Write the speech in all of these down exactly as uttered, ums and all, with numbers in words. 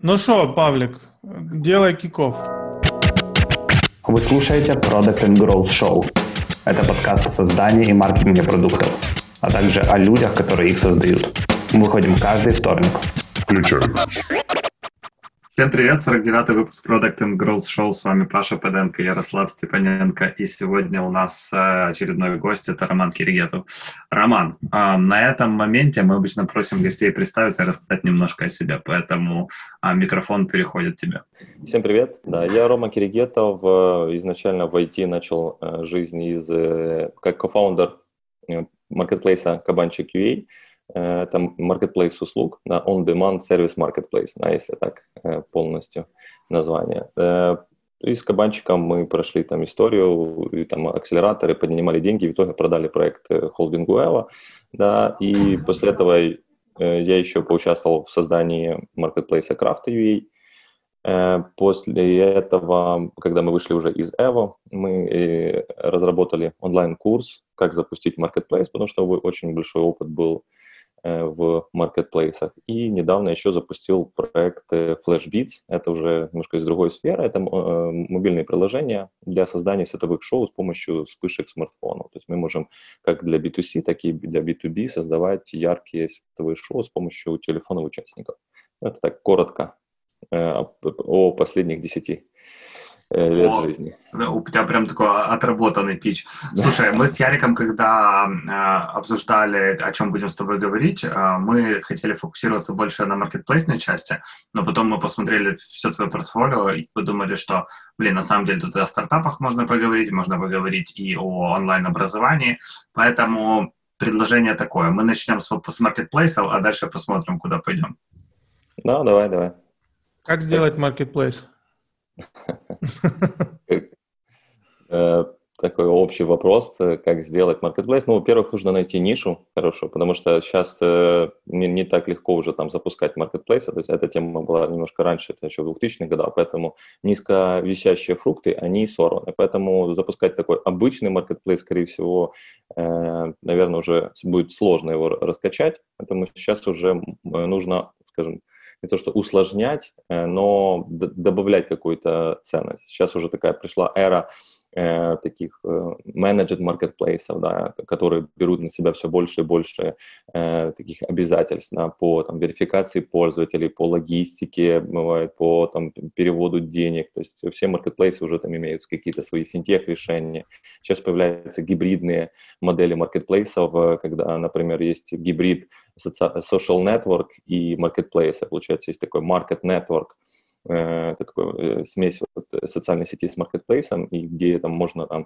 Ну что, Павлик, делай киков. Вы слушаете Product and Growth Show. Это подкаст о создании и маркетинге продуктов, а также о людях, которые их создают. Мы выходим каждый вторник. Включаем. Всем привет, сорок девятый выпуск Product and Growth Show. С вами Паша Пыденко, Ярослав Степаненко. И сегодня у нас очередной гость, это Роман Киригетов. Роман, на этом моменте мы обычно просим гостей представиться и рассказать немножко о себе, поэтому микрофон переходит тебе. Всем привет, да, я Рома Киригетов, изначально в ай ти начал жизнь из, как кофаундер маркетплейса Кабанчик ю эй. Это marketplace услуг, да, on-demand сервис marketplace, да, если так полностью название. И с Кабанчиком мы прошли там историю, и там акселераторы, поднимали деньги, в итоге продали проект холдингу Эва, да, и после этого я еще поучаствовал в создании маркетплейса Крафта ю эй. После этого, когда мы вышли уже из Эво, мы разработали онлайн-курс, как запустить маркетплейс, потому что очень большой опыт был в маркетплейсах. И недавно еще запустил проект FlashBeats. Это уже немножко из другой сферы. Это мобильные приложения для создания сетовых шоу с помощью вспышек смартфонов. То есть мы можем как для би ту си, так и для би ту би создавать яркие сетовые шоу с помощью телефонов участников. Это так коротко о последних десяти лет О, жизни. У тебя прям такой отработанный пич. Слушай, мы с Яриком, когда э, обсуждали, о чем будем с тобой говорить, э, мы хотели фокусироваться больше на маркетплейсной части, но потом мы посмотрели все твое портфолио и подумали, что, блин, на самом деле тут и о стартапах можно поговорить, можно поговорить и о онлайн-образовании, поэтому предложение такое. Мы начнем с, с маркетплейсов, а дальше посмотрим, куда пойдем. Да, давай, давай. Как сделать маркетплейс? Такой общий вопрос, как сделать маркетплейс. Ну, во-первых, нужно найти нишу хорошую, потому что сейчас не, не так легко уже там запускать маркетплейсы. То есть эта тема была немножко раньше, это еще в двухтысячных годах, поэтому низковисящие фрукты, они сорваны. Поэтому запускать такой обычный маркетплейс, скорее всего, наверное, уже будет сложно его раскачать. Поэтому сейчас уже нужно, скажем, не то что усложнять, но д- добавлять какую-то ценность. Сейчас уже такая пришла эра э, таких э, менеджер маркетплейсов, да, которые берут на себя все больше и больше э, таких обязательств, да, по там, верификации пользователей, по логистике, бывает, по там, переводу денег. То есть все маркетплейсы уже там имеют какие-то свои финтех-решения. Сейчас появляются гибридные модели маркетплейсов, когда, например, есть гибрид social network и marketplace. Получается, есть такой market network, это такой смесь вот социальной сети с маркетплейсом, и где там можно там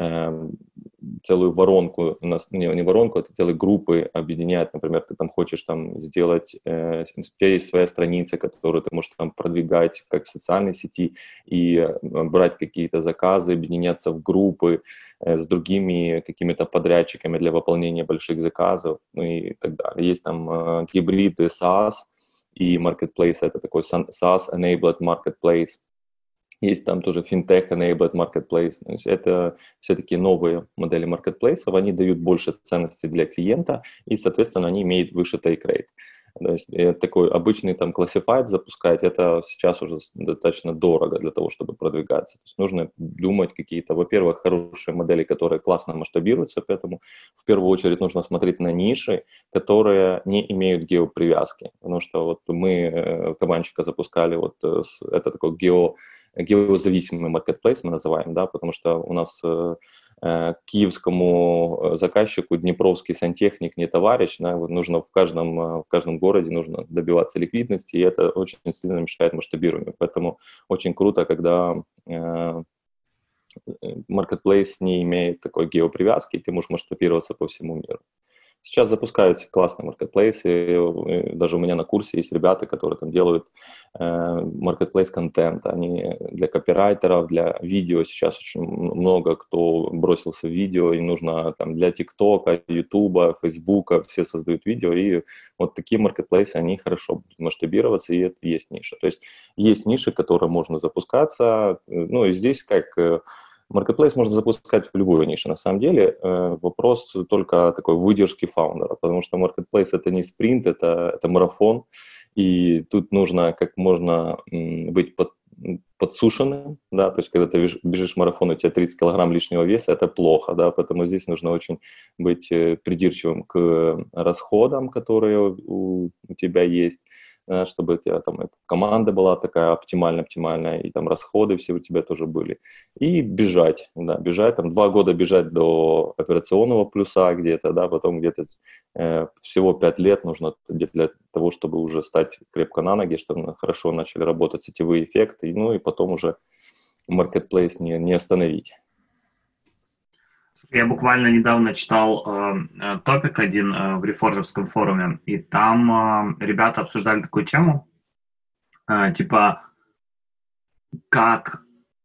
целую воронку, не, не воронку, это целые группы объединять. Например, ты там хочешь там сделать, у тебя есть своя страница, которую ты можешь там продвигать как в социальной сети и брать какие-то заказы, объединяться в группы с другими какими-то подрядчиками для выполнения больших заказов, ну и так далее. Есть там гибриды SaaS и Marketplace, это такой SaaS-enabled Marketplace. Есть там тоже Fintech-enabled Marketplace. То есть это все-таки новые модели маркетплейсов, они дают больше ценности для клиента, и, соответственно, они имеют выше take rate. То есть такой обычный там classified запускать, это сейчас уже достаточно дорого для того, чтобы продвигаться. То есть нужно думать какие-то, во-первых, хорошие модели, которые классно масштабируются, поэтому в первую очередь нужно смотреть на ниши, которые не имеют геопривязки. Потому что вот мы Кабанчика запускали, вот это такой гео, геозависимый маркетплейс мы называем, да, потому что у нас киевскому заказчику днепровский сантехник не товарищ, да, нужно в каждом, в каждом городе нужно добиваться ликвидности, и это очень сильно мешает масштабированию. Поэтому очень круто, когда маркетплейс не имеет такой геопривязки, и ты можешь масштабироваться по всему миру. Сейчас запускаются классные маркетплейсы, даже у меня на курсе есть ребята, которые там делают маркетплейс-контент, они для копирайтеров, для видео, сейчас очень много кто бросился в видео, и нужно там для ТикТока, Ютуба, Фейсбука, все создают видео, и вот такие маркетплейсы, они хорошо будут масштабироваться, и это есть ниша. То есть есть ниши, которые можно запускаться, ну и здесь как Marketplace можно запускать в любой нише, на самом деле. Вопрос только такой выдержки фаундера, потому что Marketplace — это не спринт, это, это марафон, и тут нужно как можно быть под, подсушенным, да, то есть когда ты бежишь марафон, у тебя тридцать килограмм лишнего веса, это плохо, да, поэтому здесь нужно очень быть придирчивым к расходам, которые у, у тебя есть, чтобы у тебя там команда была такая оптимальная-оптимальная, и там расходы все у тебя тоже были. И бежать, да, бежать, там два года бежать до операционного плюса где-то, да, потом где-то э, всего пять лет нужно для того, чтобы уже стать крепко на ноги, чтобы хорошо начали работать сетевые эффекты, ну и потом уже Marketplace не, не остановить. Я буквально недавно читал э, топик один э, в рефоржевском форуме, и там э, ребята обсуждали такую тему, э, типа, как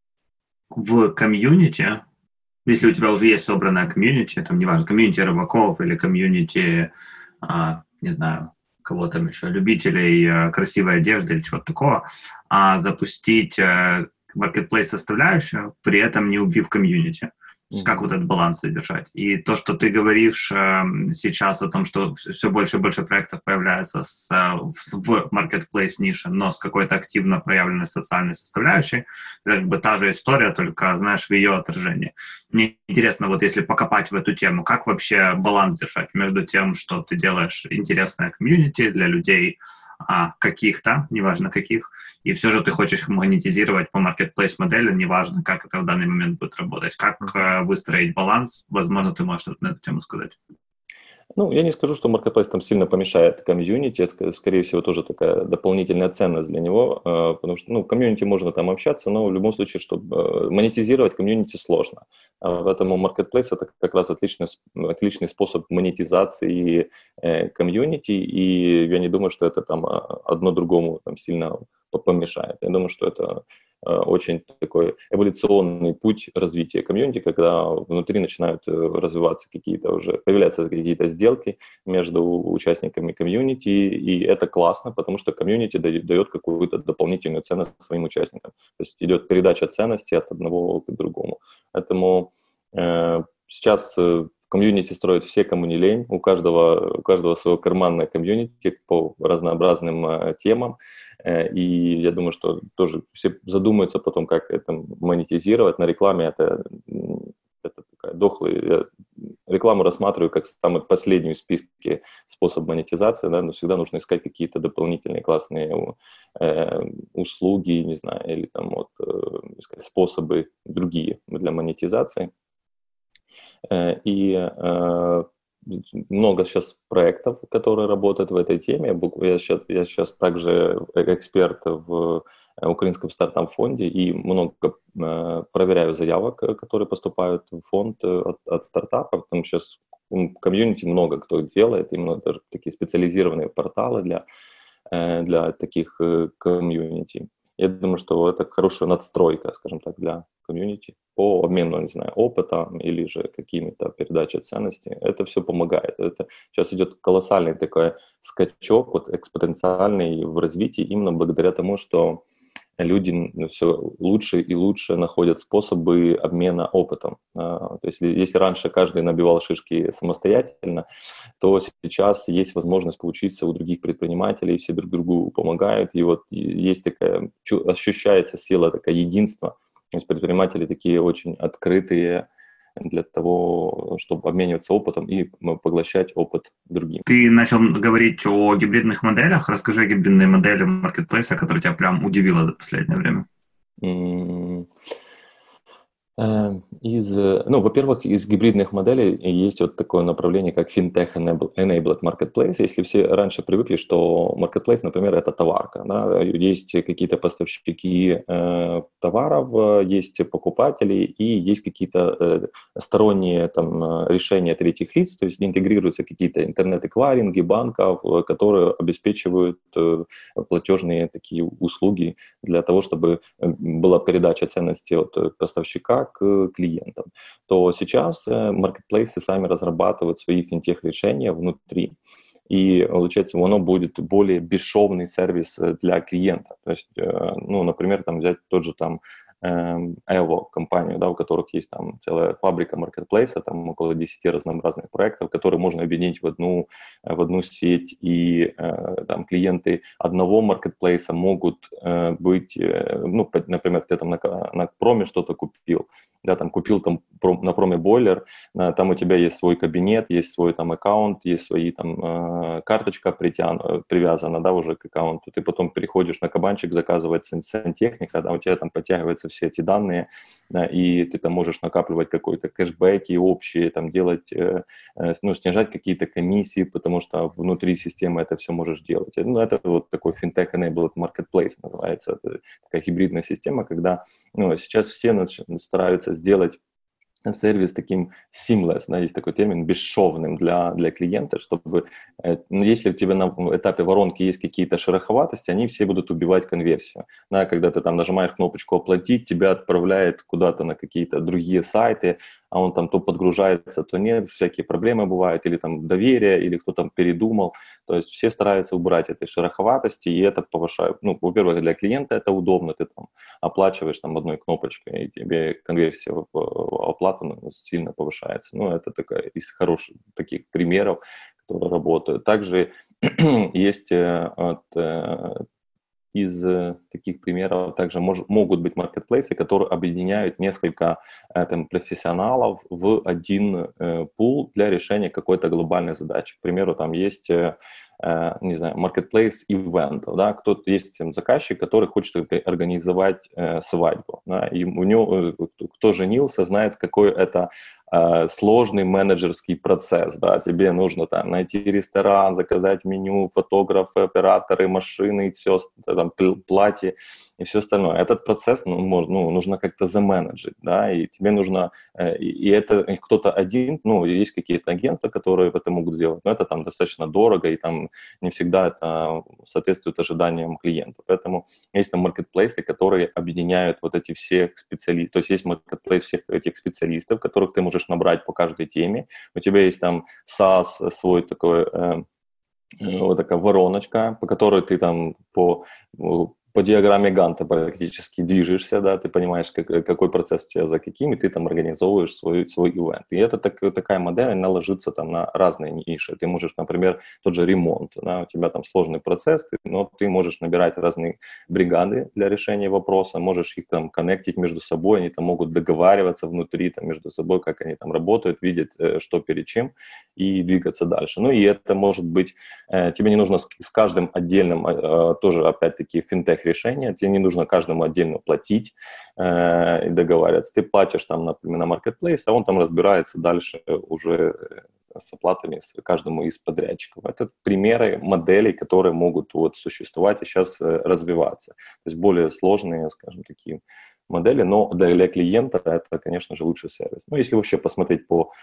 в комьюнити, если у тебя уже есть собранная комьюнити, там, неважно, комьюнити рыбаков или комьюнити, э, не знаю, кого там еще, любителей э, красивой одежды или чего-то такого, а запустить э, marketplace-составляющую, при этом не убив комьюнити. То есть как вот этот баланс содержать. И то, что ты говоришь э, сейчас о том, что все больше и больше проектов появляется с, в, в marketplace нише, но с какой-то активно проявленной социальной составляющей, как бы та же история, только, знаешь, в ее отражении. Мне интересно, вот если покопать в эту тему, как вообще баланс держать между тем, что ты делаешь интересное комьюнити для людей а, каких-то, неважно каких, и все же ты хочешь их монетизировать по marketplace-модели, неважно, как это в данный момент будет работать. Как э, выстроить баланс? Возможно, ты можешь что-то на эту тему сказать. Ну, я не скажу, что Marketplace там сильно помешает комьюнити, это, скорее всего, тоже такая дополнительная ценность для него, потому что, ну, комьюнити можно там общаться, но в любом случае, чтобы монетизировать комьюнити сложно. Поэтому Marketplace — это как раз отличный, отличный способ монетизации комьюнити, и я не думаю, что это там одно другому там сильно помешает. Я думаю, что это очень такой эволюционный путь развития комьюнити, когда внутри начинают развиваться какие-то уже, появляются какие-то сделки между участниками комьюнити, и это классно, потому что комьюнити дает, дает какую-то дополнительную ценность своим участникам. То есть идет передача ценностей от одного к другому. Поэтому э, сейчас в комьюнити строят все, кому не лень, у каждого, у каждого свое карманное комьюнити по разнообразным э, темам. И я думаю, что тоже все задумаются потом, как это монетизировать. На рекламе это, это такая дохлая. Я рекламу рассматриваю как самый последний в списке способ монетизации, да, но всегда нужно искать какие-то дополнительные классные э, услуги, не знаю, или там вот э, искать способы другие для монетизации. Э, и э, много сейчас проектов, которые работают в этой теме. Я сейчас, я сейчас также эксперт в украинском стартап-фонде и много э, проверяю заявок, которые поступают в фонд от, от стартапов. Там сейчас в комьюнити много кто делает, именно даже такие специализированные порталы для, э, для таких э, комьюнити. Я думаю, что это хорошая надстройка, скажем так, для комьюнити по обмену, не знаю, опытом или же какими-то передачей ценностей. Это все помогает. Это сейчас идет колоссальный такой скачок, вот экспоненциальный в развитии именно благодаря тому, что люди все лучше и лучше находят способы обмена опытом. То есть если раньше каждый набивал шишки самостоятельно, то сейчас есть возможность поучиться у других предпринимателей, все друг другу помогают, и вот есть такая, ощущается сила, такое единство. То есть предприниматели такие очень открытые для того, чтобы обмениваться опытом и поглощать опыт другим. Ты начал говорить о гибридных моделях. Расскажи о гибридной модели маркетплейса, которая тебя прям удивила за последнее время. Mm. Из, ну, во-первых, из гибридных моделей есть вот такое направление, как Fintech-Enabled Marketplace. Если все раньше привыкли, что Marketplace, например, это товарка, да? Есть какие-то поставщики э, товаров, есть покупатели и есть какие-то э, сторонние там, решения третьих лиц, то есть интегрируются какие-то интернет-эквайринги банков, которые обеспечивают э, платежные такие услуги для того, чтобы была передача ценности от поставщика к клиентам, то сейчас маркетплейсы сами разрабатывают свои финтех-решения внутри. И, получается, оно будет более бесшовный сервис для клиента. То есть, ну, например, там взять тот же там эм, Evo компанию, да, у которых есть там целая фабрика маркетплейса, там около десяти разнообразных проектов, которые можно объединить в одну, в одну сеть, и э, там клиенты одного маркетплейса могут э, быть, э, ну, например, ты там на, на проме что-то купил, да, там купил там на проме бойлер, там у тебя есть свой кабинет, есть свой там аккаунт, есть свои там карточка притян, привязана, да, уже к аккаунту, ты потом переходишь на кабанчик заказывать сантехника, да, у тебя там подтягиваются все эти данные, да, и ты там можешь накапливать какой-то кэшбэки общие, там делать, ну, снижать какие-то комиссии, потому что внутри системы это все можешь делать. Ну, это вот такой fintech-enabled marketplace называется, это такая гибридная система, когда, ну, сейчас все стараются сделать сервис таким seamless, да, есть такой термин, бесшовным для, для клиента, чтобы, ну, если у тебя на этапе воронки есть какие-то шероховатости, они все будут убивать конверсию. Да, когда ты там нажимаешь кнопочку «Оплатить», тебя отправляет куда-то на какие-то другие сайты, а он там то подгружается, то нет, всякие проблемы бывают, или там доверие, или кто там передумал. То есть все стараются убрать этой шероховатости, и это повышает, ну, во-первых, для клиента это удобно, ты там оплачиваешь там одной кнопочкой, и тебе конверсия в оплату сильно повышается. Ну, это такая из хороших таких примеров, которые работают. Также есть от, из таких примеров также мож, могут быть маркетплейсы, которые объединяют несколько там, профессионалов в один э, пул для решения какой-то глобальной задачи. К примеру, там есть э, не знаю, маркетплейс ивентов, да, кто-то есть там, заказчик, который хочет организовать э, свадьбу, да, и у него, кто женился, знает, какой это э, сложный менеджерский процесс, да, тебе нужно там найти ресторан, заказать меню, фотографы, операторы, машины, и все, там, платье и все остальное. Этот процесс, ну, можно, ну, нужно как-то заменеджить, да, и тебе нужно, э, и, и это и кто-то один, ну, есть какие-то агентства, которые это могут сделать, но это там достаточно дорого, и там не всегда это соответствует ожиданиям клиента. Поэтому есть там маркетплейсы, которые объединяют вот эти все специалисты. То есть есть маркетплейс всех этих специалистов, которых ты можешь набрать по каждой теме. У тебя есть там SaaS, свой такой, э, вот такая вороночка, по которой ты там по... по диаграмме Ганта практически движешься, да, ты понимаешь, как, какой процесс у тебя за каким, и ты там организовываешь свой, свой ивент. И это так, такая модель, она ложится там на разные ниши. Ты можешь, например, тот же ремонт, да, у тебя там сложный процесс, ты, но ты можешь набирать разные бригады для решения вопроса, можешь их там коннектить между собой, они там могут договариваться внутри там, между собой, как они там работают, видят, что перед чем, и двигаться дальше. Ну и это может быть, тебе не нужно с, с каждым отдельным, тоже опять-таки финтех решения, тебе не нужно каждому отдельно платить э, и договариваться. Ты платишь там, например, на маркетплейс, а он там разбирается дальше уже с оплатами с каждому из подрядчиков. Это примеры моделей, которые могут вот существовать и сейчас э, развиваться. То есть более сложные, скажем, такие модели, но для клиента это, конечно же, лучший сервис. Ну, если вообще посмотреть по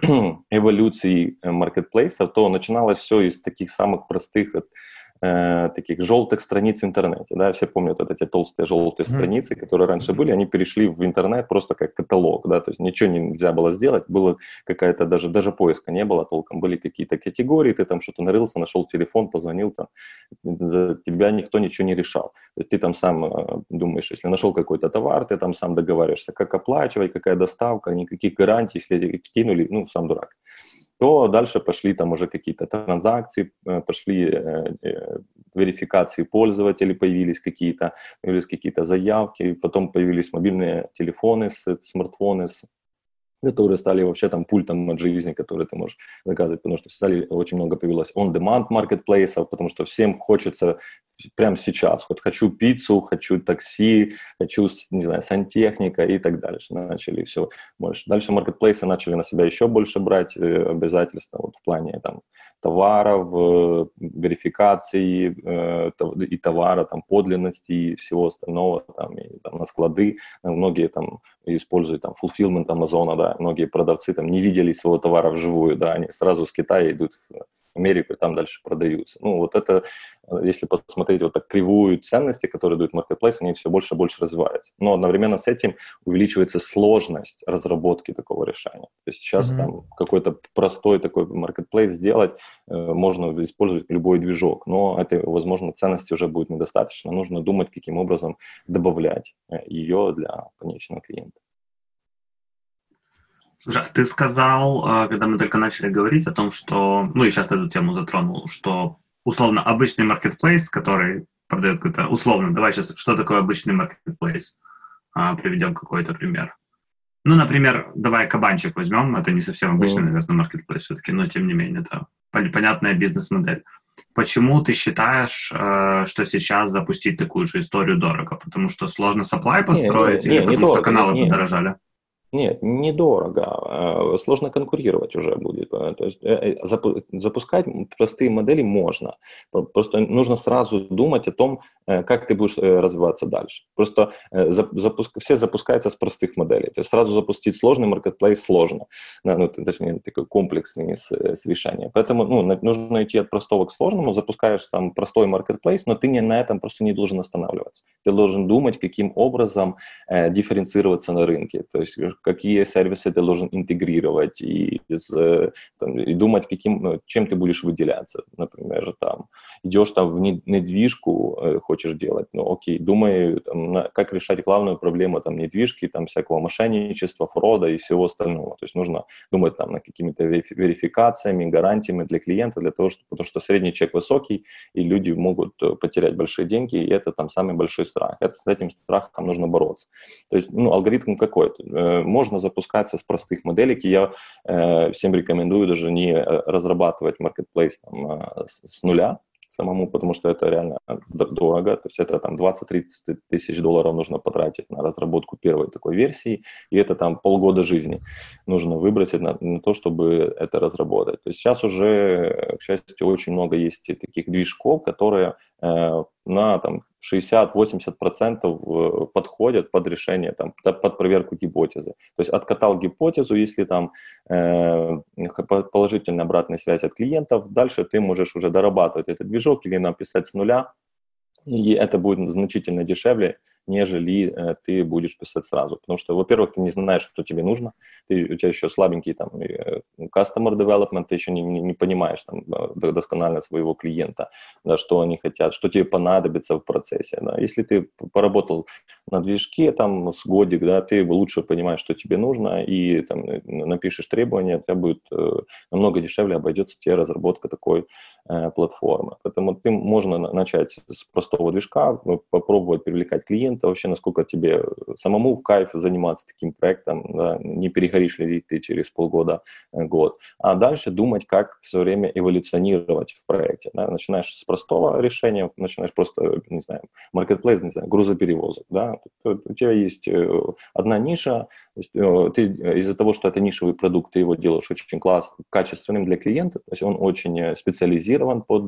эволюции маркетплейсов, то начиналось все из таких самых простых таких желтых страниц в интернете, да, все помнят вот эти толстые желтые mm-hmm. страницы, которые раньше были, они перешли в интернет просто как каталог, да, то есть ничего нельзя было сделать, было какая-то, даже, даже поиска не было толком, были какие-то категории, ты там что-то нарылся, нашел телефон, позвонил, там, за тебя никто ничего не решал, то есть ты там сам думаешь, если нашел какой-то товар, ты там сам договариваешься, как оплачивать, какая доставка, никаких гарантий, если кинули, ну, сам дурак. То дальше пошли там уже какие-то транзакции, пошли э, э, верификации пользователей, появились какие-то, появились какие-то заявки, потом появились мобильные телефоны, смартфоны, которые стали вообще там пультом от жизни, который ты можешь заказывать, потому что стали, очень много появилось on-demand маркетплейсов, потому что всем хочется прямо сейчас, вот хочу пиццу, хочу такси, хочу, не знаю, сантехника и так дальше, начали все больше. Дальше маркетплейсы начали на себя еще больше брать э, обязательства вот в плане там товаров, э, верификации э, и товара, там подлинности и всего остального, там, и, там на склады, многие там используют там fulfillment Амазона, да, многие продавцы там не видели своего товара вживую, да, они сразу с Китая идут в, Америку, и там дальше продаются. Ну, вот это, если посмотреть вот так кривую ценности, которые дают Marketplace, они все больше и больше развиваются. Но одновременно с этим увеличивается сложность разработки такого решения. То есть сейчас mm-hmm. там какой-то простой такой Marketplace сделать, э, можно использовать любой движок, но этой, возможно, ценности уже будет недостаточно. Нужно думать, каким образом добавлять ее для конечного клиента. Слушай, ты сказал, когда мы только начали говорить о том, что, ну и сейчас эту тему затронул, что условно обычный marketplace, который продает какой-то, условно, давай сейчас, что такое обычный marketplace? А, приведем какой-то пример. Ну, например, давай кабанчик возьмем, это не совсем обычный, mm. наверное, marketplace все-таки, но тем не менее, это понятная бизнес-модель. Почему ты считаешь, что сейчас запустить такую же историю дорого? Потому что сложно supply построить, не, не, или не, потому не что дорого, каналы не, подорожали? Нет, недорого. Сложно конкурировать уже будет. То есть запускать простые модели можно. Просто нужно сразу думать о том, как ты будешь развиваться дальше. Просто запуск... все запускаются с простых моделей. То есть сразу запустить сложный маркетплейс сложно. Ну, точнее, такой комплексный с, с решением. Поэтому ну, нужно идти от простого к сложному. Запускаешь там простой маркетплейс, но ты не на этом просто не должен останавливаться. Ты должен думать, каким образом э, дифференцироваться на рынке. То есть какие сервисы ты должен интегрировать и, из, там, и думать, каким, чем ты будешь выделяться. Например, там, идешь там в недвижку, э, хочешь делать, ну окей, думай, там, на, как решать главную проблему там, недвижки, там, всякого мошенничества, фрода и всего остального. То есть нужно думать там, над какими-то верификациями, гарантиями для клиента, для того, чтобы, потому что средний чек высокий, и люди могут потерять большие деньги, и это там самый большой страх. Это, с этим страхом нужно бороться. То есть ну, алгоритм какой-то. Э, можно запускаться с простых моделек, и я э, всем рекомендую даже не разрабатывать marketplace там, э, с, с нуля самому, потому что это реально дорого, то есть это там двадцать-тридцать тысяч долларов нужно потратить на разработку первой такой версии, и это там полгода жизни нужно выбросить на, на то, чтобы это разработать. То есть сейчас уже, к счастью, очень много есть таких движков, которые э, на там шестьдесят-восемьдесят процентов подходят под решение, там, под проверку гипотезы. То есть откатал гипотезу, если там э, положительная обратная связь от клиентов, дальше ты можешь уже дорабатывать этот движок или написать с нуля, и это будет значительно дешевле, нежели э, ты будешь писать сразу. Потому что, во-первых, ты не знаешь, что тебе нужно, ты, у тебя еще слабенький там э, customer development, ты еще не, не, не понимаешь там, досконально своего клиента, да, что они хотят, что тебе понадобится в процессе. Да. Если ты поработал на движке там, с годик, да, ты лучше понимаешь, что тебе нужно, и там, напишешь требования, у тебя будет э, намного дешевле обойдется тебе разработка такой э, платформы. Поэтому ты можно начать с простого движка, попробовать привлекать клиентов, вообще насколько тебе самому в кайф заниматься таким проектом, да, не перегоришь ли ты через полгода, год. А дальше думать, как все время эволюционировать в проекте. Да. Начинаешь с простого решения, начинаешь просто, не знаю, marketplace, не знаю, грузоперевозок. Да. У тебя есть одна ниша, ты из-за того, что это нишевый продукт, ты его делаешь очень классно, качественным для клиента, то есть он очень специализирован под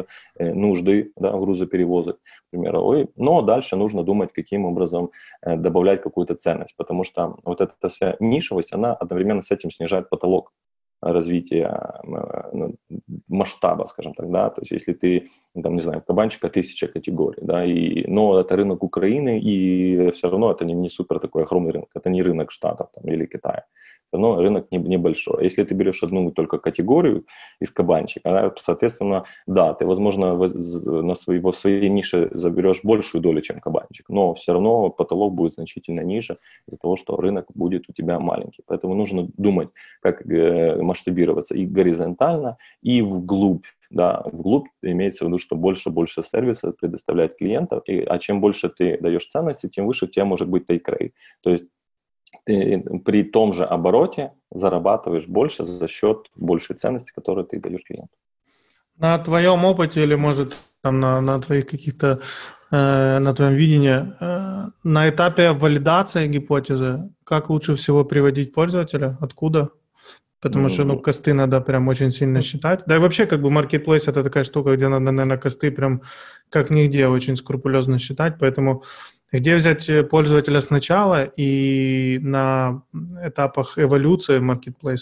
нужды, да, грузоперевозок, к примеру. Но дальше нужно думать, каким образом э, добавлять какую-то ценность, потому что вот эта вся нишевость, она одновременно с этим снижает потолок развития э, масштаба, скажем так, да, то есть если ты, там, не знаю, кабанчика тысяча категорий, да, и, но это рынок Украины, и все равно это не, не супер такой огромный рынок, это не рынок Штатов там, или Китая. Но рынок небольшой. Если ты берешь одну только категорию из кабанчика, соответственно, да, ты, возможно, на своей, в своей нише заберешь большую долю, чем кабанчик, но все равно потолок будет значительно ниже из-за того, что рынок будет у тебя маленький. Поэтому нужно думать, как масштабироваться и горизонтально, и вглубь. Да, вглубь имеется в виду, что больше-больше сервисов предоставлять клиентам, и, а чем больше ты даешь ценности, тем выше у тебя может быть take rate. То есть ты при том же обороте зарабатываешь больше за счет большей ценности, которую ты даешь клиенту. На твоем опыте или, может, там, на, на твоих каких-то, э, на твоем видении, э, на этапе валидации гипотезы, как лучше всего приводить пользователя? Откуда? Потому что, ну, косты надо прям очень сильно считать. Да и вообще, как бы, marketplace — это такая штука, где надо, наверное, косты прям как нигде очень скрупулезно считать, поэтому где взять пользователя сначала и на этапах эволюции маркетплейса?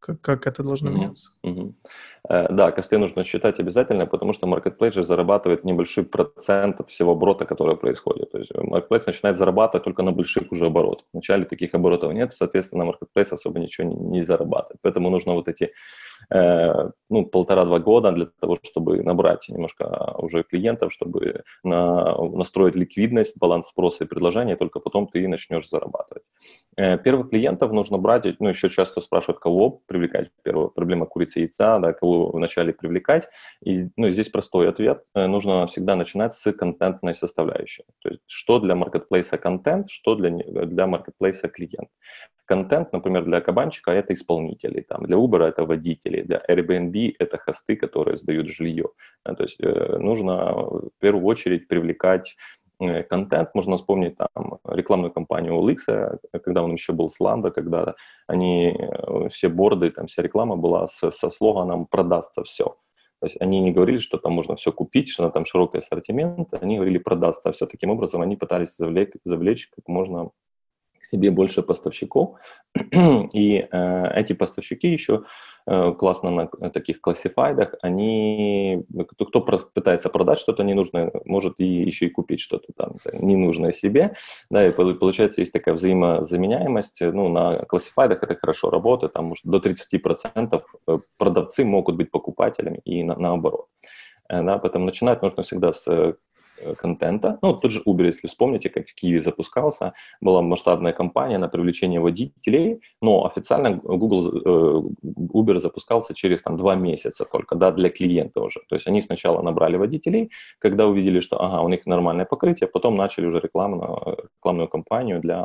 как, как это должно Mm-hmm. меняться? Mm-hmm. Uh, да, косты нужно считать обязательно, потому что Marketplace же зарабатывает небольшой процент от всего оборота, который происходит. То есть Marketplace начинает зарабатывать только на больших уже оборотах. Вначале таких оборотов нет, соответственно, Marketplace особо ничего не, не зарабатывает. Поэтому нужно вот эти uh, ну, полтора-два года для того, чтобы набрать немножко уже клиентов, чтобы на, настроить ликвидность, баланс спроса и предложения, и только потом ты начнешь зарабатывать. Uh, первых клиентов нужно брать, ну, еще часто спрашивают, кого привлекать. Первая проблема курицы и яйца, да, кого вначале привлекать. И, ну, здесь простой ответ. Нужно всегда начинать с контентной составляющей. То есть, что для маркетплейса контент, что для, для маркетплейса клиент. Контент, например, для кабанчика – это исполнители, там, для Uber – это водители, для Airbnb – это хосты, которые сдают жилье. То есть, нужно в первую очередь привлекать контент. Можно вспомнить там рекламную кампанию о эл икс, когда он еще был с Lando, когда они, все борды, там вся реклама была с, со слоганом «продастся все». То есть они не говорили, что там можно все купить, что там широкий ассортимент, они говорили «продастся все». Таким образом они пытались завлечь, завлечь как можно к себе больше поставщиков. И э, эти поставщики еще э, классно на таких классифайдах, они, кто, кто пытается продать что-то ненужное, может и еще и купить что-то там ненужное себе. Да, и получается, есть такая взаимозаменяемость. Ну, на классифайдах это хорошо работает, там может, до тридцать процентов продавцы могут быть покупателями и на, наоборот. Да, поэтому начинать нужно всегда с контента. Ну, тот же Uber, если вспомните, как в Киеве запускался, была масштабная кампания на привлечение водителей, но официально Google, э, Uber запускался через там, два месяца только, да, для клиента уже. То есть они сначала набрали водителей, когда увидели, что ага, у них нормальное покрытие, потом начали уже рекламную, рекламную кампанию для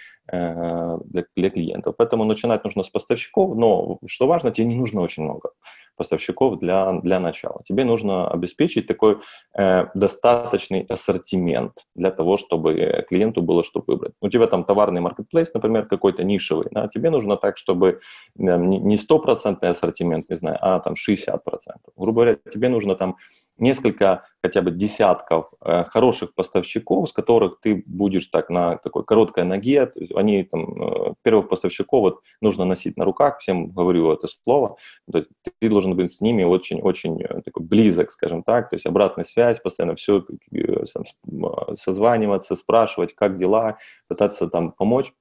Для, для клиентов. Поэтому начинать нужно с поставщиков, но, что важно, тебе не нужно очень много поставщиков для, для начала. Тебе нужно обеспечить такой э, достаточный ассортимент для того, чтобы клиенту было что выбрать. У тебя там товарный маркетплейс, например, какой-то нишевый, да, тебе нужно так, чтобы э, не стопроцентный ассортимент, не знаю, а там шестьдесят процентов. Грубо говоря, тебе нужно там несколько, хотя бы десятков э, хороших поставщиков, с которых ты будешь так на такой короткой ноге, то есть они там, э, первых поставщиков вот, нужно носить на руках, всем говорю это слово, то есть ты должен быть с ними очень-очень такой близок, скажем так, то есть обратная связь, постоянно все э, созваниваться, спрашивать, как дела, пытаться там помочь.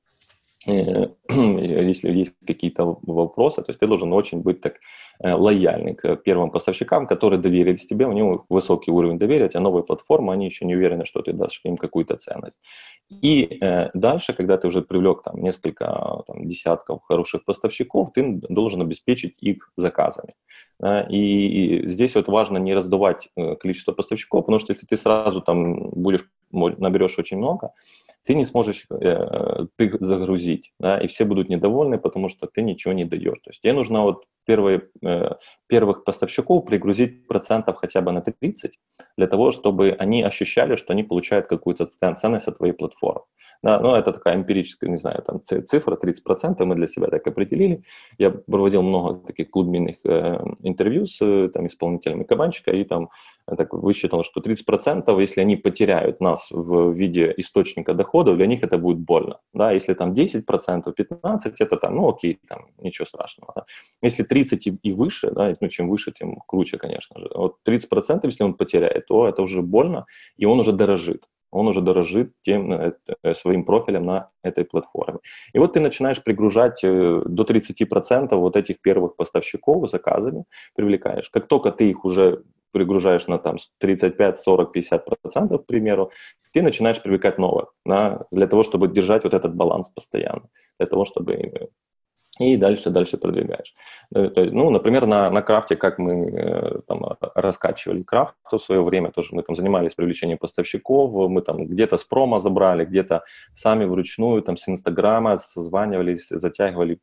Если есть какие-то вопросы, то есть ты должен очень быть так лояльный к первым поставщикам, которые доверились тебе, у него высокий уровень доверия, а новые платформы, они еще не уверены, что ты дашь им какую-то ценность. И э, дальше, когда ты уже привлек там, несколько там, десятков хороших поставщиков, ты должен обеспечить их заказами. Да? И, и здесь вот важно не раздувать количество поставщиков, потому что если ты сразу там будешь, наберешь очень много, ты не сможешь э, загрузить, да, и все будут недовольны, потому что ты ничего не даешь. То есть тебе нужно вот первые, э, первых поставщиков пригрузить процентов хотя бы на тридцать, для того, чтобы они ощущали, что они получают какую-то ценность от твоей платформы. Да, ну, это такая эмпирическая, не знаю, там цифра тридцать процентов мы для себя так определили. Я проводил много таких клубных э, интервью с там, исполнителями кабанчика, и там так высчитал, что тридцать процентов, если они потеряют нас в виде источника дохода, для них это будет больно. Да? Если там десять процентов, пятнадцать процентов, это там, ну окей, там ничего страшного. Да? Если тридцать процентов и выше, да, ну чем выше, тем круче, конечно же. Вот тридцать процентов, если он потеряет, то это уже больно, и он уже дорожит. Он уже дорожит тем, своим профилем на этой платформе. И вот ты начинаешь пригружать до тридцать процентов вот этих первых поставщиков заказами, привлекаешь. Как только ты их уже пригружаешь на там тридцать пять, сорок, пятьдесят процентов, к примеру, ты начинаешь привлекать новых, да, для того, чтобы держать вот этот баланс постоянно, для того, чтобы... И дальше, дальше продвигаешь. Ну, например, на, на крафте, как мы там, раскачивали крафт в свое время, тоже мы там занимались привлечением поставщиков, мы там где-то с промо забрали, где-то сами вручную, там с Инстаграма созванивались, затягивали,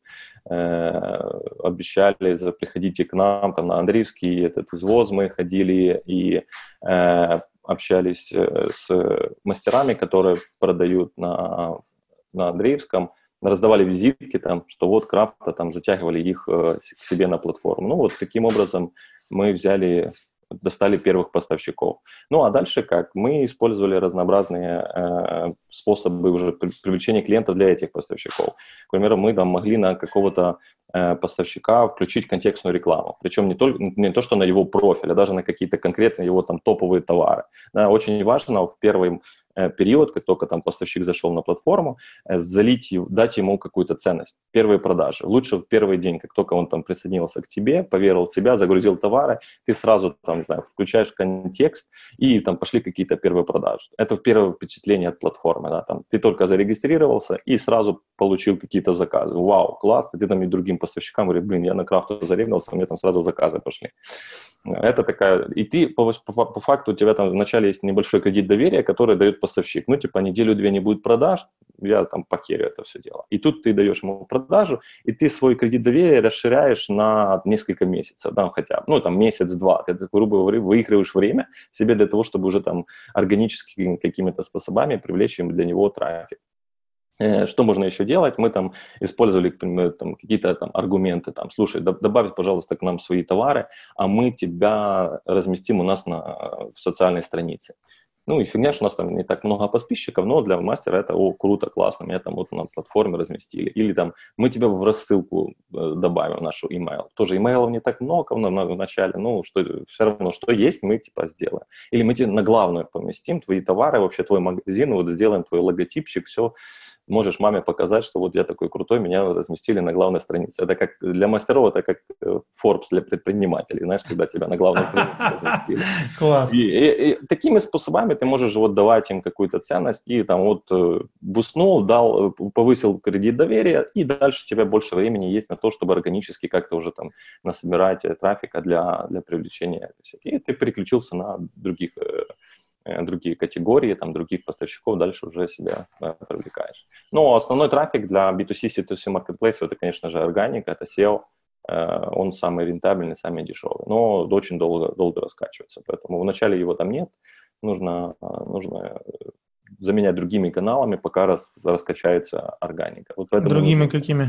э, обещали, приходите к нам, там на Андреевский этот извоз мы ходили и э, общались с мастерами, которые продают на, на Андреевском, раздавали визитки, там, что вот крафта, там, затягивали их э, к себе на платформу. Ну, вот таким образом мы взяли достали первых поставщиков. Ну, а дальше как? Мы использовали разнообразные э, способы уже привлечения клиентов для этих поставщиков. К примеру, мы там могли на какого-то э, поставщика включить контекстную рекламу. Причем не, только, не то, что на его профиль, а даже на какие-то конкретные его там топовые товары. Да, очень важно в первый период, как только там поставщик зашел на платформу, залить, дать ему какую-то ценность. Первые продажи. Лучше в первый день, как только он там присоединился к тебе, поверил в тебя, загрузил товары, ты сразу там, не знаю, включаешь контекст и там пошли какие-то первые продажи. Это первое впечатление от платформы. Да, там, ты только зарегистрировался и сразу получил какие-то заказы. Вау, классно. Ты там и другим поставщикам говоришь, блин, я на крафту зарегистрировался, у меня там сразу заказы пошли. Это такая... И ты, по, по, по факту, у тебя там вначале есть небольшой кредит доверия, который дает поставщик. Ну, типа, неделю-две не будет продаж, я там похерю это все дело. И тут ты даешь ему продажу, и ты свой кредит доверия расширяешь на несколько месяцев, да, хотя бы, ну, там, месяц-два. Ты, грубо говоря, выигрываешь время себе для того, чтобы уже там органическими какими-то способами привлечь для него трафик. Что можно еще делать? Мы там использовали, к примеру, там, какие-то там аргументы, там, слушай, добавь, пожалуйста, к нам свои товары, а мы тебя разместим у нас на, в социальной странице. Ну и фигня, что у нас там не так много подписчиков, но для мастера это, о, круто, классно, меня там вот на платформе разместили. Или там мы тебя в рассылку добавим, нашу email. Тоже имейлов не так много в начале, ну что, все равно, что есть, мы типа сделаем. Или мы тебе на главную поместим, твои товары, вообще твой магазин, вот сделаем твой логотипчик, все. Можешь маме показать, что вот я такой крутой, меня разместили на главной странице. Это как для мастеров, это как Forbes для предпринимателей, знаешь, когда тебя на главной странице разместили. Класс. И, и, и такими способами ты можешь вот давать им какую-то ценность и там вот буснул, дал, повысил кредит доверия, и дальше у тебя больше времени есть на то, чтобы органически как-то уже там насобирать трафика для, для привлечения. И ты переключился на других другие категории, там, других поставщиков, дальше уже себя э, привлекаешь. Но основной трафик для би ту си, си ту си маркетплейсов, это, конечно же, органика, это сео, э, он самый рентабельный, самый дешевый, но очень долго, долго раскачивается, поэтому вначале его там нет, нужно, нужно заменять другими каналами, пока рас, раскачается органика. Вот другими нужно... какими?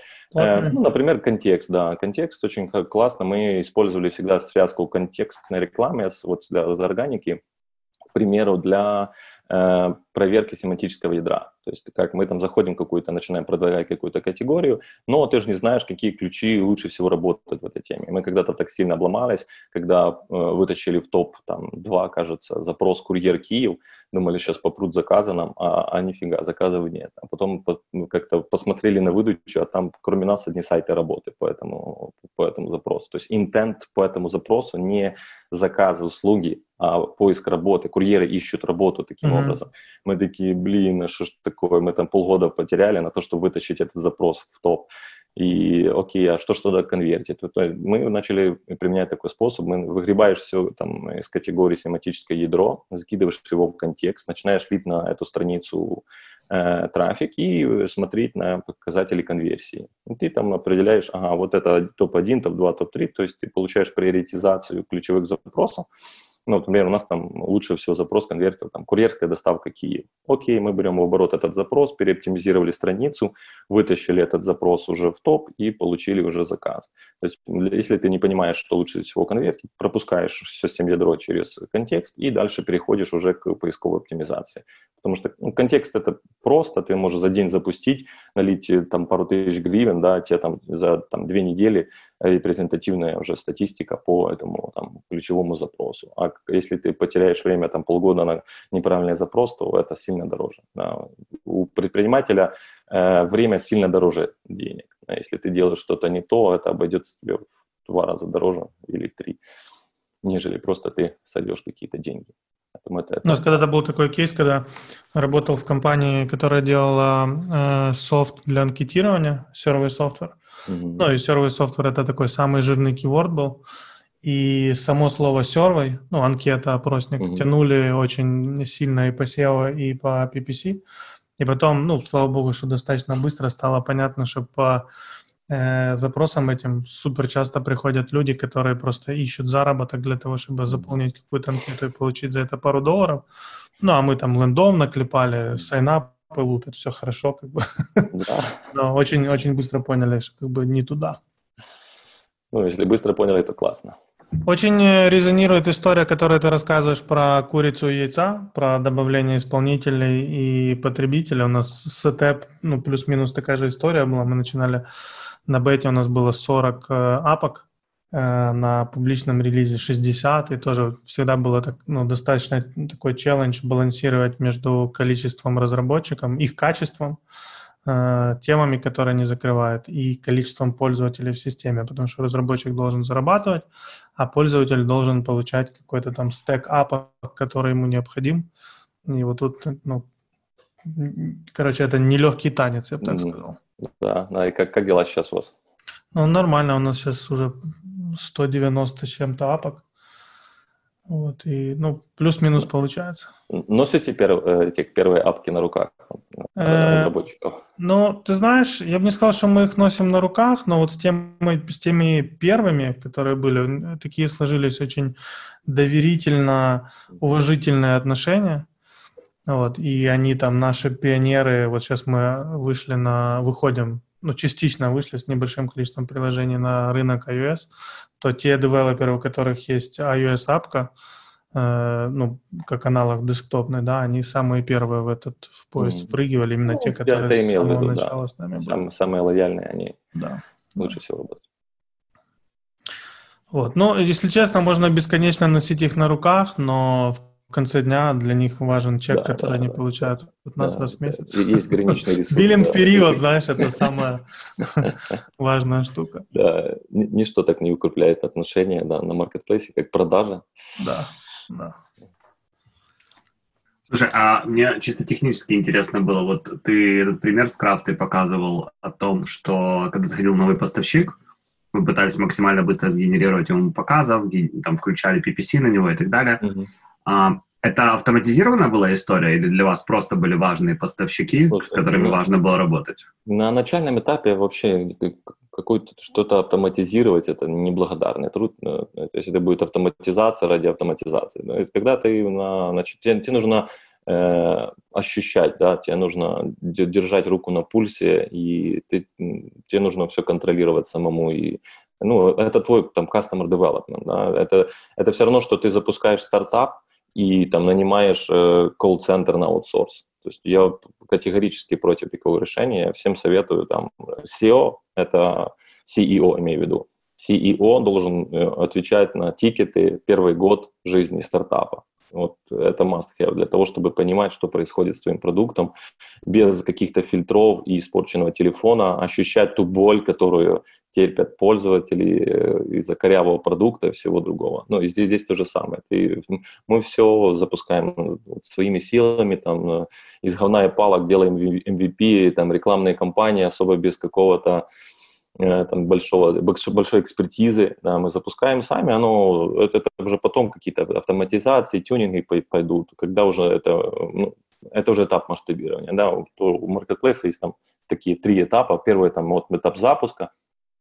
Э, ну, например, контекст, да, контекст очень классно, мы использовали всегда связку контекстной рекламы вот для, для органики, к примеру, для э, проверки семантического ядра. То есть как мы там заходим в какую-то, начинаем продвигать какую-то категорию, но ты же не знаешь, какие ключи лучше всего работают в этой теме. Мы когда-то так сильно обломались, когда э, вытащили в топ там, два, кажется, запрос «Курьер Киев», думали, сейчас попрут заказы нам, а, а нифига, заказов нет. А потом по, ну, как-то посмотрели на выдачу, а там кроме нас одни сайты работы по этому, по этому запросу. То есть интент по этому запросу не заказ услуги, а поиск работы. Курьеры ищут работу таким mm-hmm. образом. Мы такие, блин, а что ж такое? Мы там полгода потеряли на то, чтобы вытащить этот запрос в топ. И окей, а что ж туда конвертит? Мы начали применять такой способ. Мы выгребаешь все там из категории семантическое ядро, закидываешь его в контекст, начинаешь лить на эту страницу э, трафик и смотреть на показатели конверсии. И ты там определяешь, ага, вот это топ один, топ два, топ три, то есть ты получаешь приоритизацию ключевых запросов. Ну, например, у нас там лучше всего запрос конвертер, там, курьерская доставка Киев. Окей, мы берем в оборот этот запрос, переоптимизировали страницу, вытащили этот запрос уже в топ и получили уже заказ. То есть, если ты не понимаешь, что лучше всего конвертить, пропускаешь все семь ядро через контекст и дальше переходишь уже к поисковой оптимизации. Потому что ну, контекст это просто, ты можешь за день запустить, налить там пару тысяч гривен, да, тебе там за там, две недели репрезентативная уже статистика по этому там, ключевому запросу. А если ты потеряешь время там, полгода на неправильный запрос, то это сильно дороже. Да. У предпринимателя э, время сильно дороже денег. А если ты делаешь что-то не то, это обойдется тебе в два раза дороже или в три, нежели просто ты сольешь какие-то деньги. Это, это... У нас когда-то был такой кейс, когда работал в компании, которая делала э, софт для анкетирования, сервер софтвер. Mm-hmm. Ну и сервер софтвер это такой самый жирный keyword был. И само слово survey, ну анкета, опросник, mm-hmm. тянули очень сильно и по сео, и по пи пи си. И потом, ну, слава богу, что достаточно быстро стало понятно, что по э, запросам этим супер часто приходят люди, которые просто ищут заработок для того, чтобы заполнить какую-то анкету и получить за это пару долларов. Ну, а мы там лендом наклепали, сайнапы лупят, все хорошо, как бы. Да. Но очень-очень быстро поняли, что как бы не туда. Ну, если быстро поняли, то классно. Очень резонирует история, которую ты рассказываешь про курицу и яйца, про добавление исполнителей и потребителей. У нас с ЭТЭП, ну, плюс-минус такая же история была. Мы начинали на бете, у нас было сорок э, апок, э, на публичном релизе шестьдесят, и тоже всегда было так, ну, достаточно такой челлендж балансировать между количеством разработчиков, их качеством, темами, которые они закрывают, и количеством пользователей в системе, потому что разработчик должен зарабатывать, а пользователь должен получать какой-то там стек апа, который ему необходим. И вот тут, ну, короче, это нелегкий танец, я бы так сказал. Да, да, и как, как дела сейчас у вас? Ну, нормально, у нас сейчас уже сто девяносто с чем-то апок. Вот, и, ну, плюс-минус получается. Носите пер, эти первые апки на руках разработчиков? Ну, ты знаешь, я бы не сказал, что мы их носим на руках, но вот с теми, с теми первыми, которые были, такие сложились очень доверительно, уважительные отношения. Вот, и они там, наши пионеры, вот сейчас мы вышли на, выходим, ну, частично вышли с небольшим количеством приложений на рынок iOS, то те девелоперы, у которых есть iOS-апка, э, ну, как аналог десктопный, да, они самые первые в этот в поезд mm-hmm. впрыгивали, именно ну, те, которые с самого виду, начала да. с нами были. Самые, самые лояльные, они да. лучше да. всего работают. Вот, ну, если честно, можно бесконечно носить их на руках, но в конце дня для них важен чек, да, который да, они да, получают от нас да, раз в месяц. Да. Есть граничный ресурс. Биллинг-период, знаешь, это самая важная штука. Да, ничто так не укрепляет отношения, да, на маркетплейсе, как продажа. Да, да. Слушай, а мне чисто технически интересно было, вот ты этот пример с крафтой показывал о том, что когда заходил новый поставщик, мы пытались максимально быстро сгенерировать ему показов, там включали пи пи си на него и так далее. Uh-huh. А, это автоматизированная была история или для вас просто были важные поставщики, вот, с которыми на, важно было работать? На начальном этапе вообще какое-то что-то автоматизировать — это неблагодарный труд. То есть это будет автоматизация ради автоматизации. Когда ты на, значит, тебе, тебе нужно э, ощущать, да, тебе нужно держать руку на пульсе, и ты, тебе нужно все контролировать самому. И, ну, это твой там customer development. Да? Это, это все равно, что ты запускаешь стартап и там нанимаешь э, колл-центр на аутсорс. То есть я категорически против такого решения. Я всем советую там си и о, это си и о, имею в виду. си и о должен отвечать на тикеты первый год жизни стартапа. Вот это must-have для того, чтобы понимать, что происходит с твоим продуктом, без каких-то фильтров и испорченного телефона, ощущать ту боль, которую терпят пользователи из-за корявого продукта и всего другого. Ну, и здесь, здесь то же самое. Ты, мы все запускаем своими силами, там, из говна и палок делаем эм ви пи, там, рекламные кампании, особо без какого-то там, большого, большой экспертизы, да, мы запускаем сами, оно, это, это уже потом какие-то автоматизации, тюнинги пойдут, когда уже это, ну, это уже этап масштабирования, да, у маркетплейса есть там такие три этапа. Первый там вот этап запуска,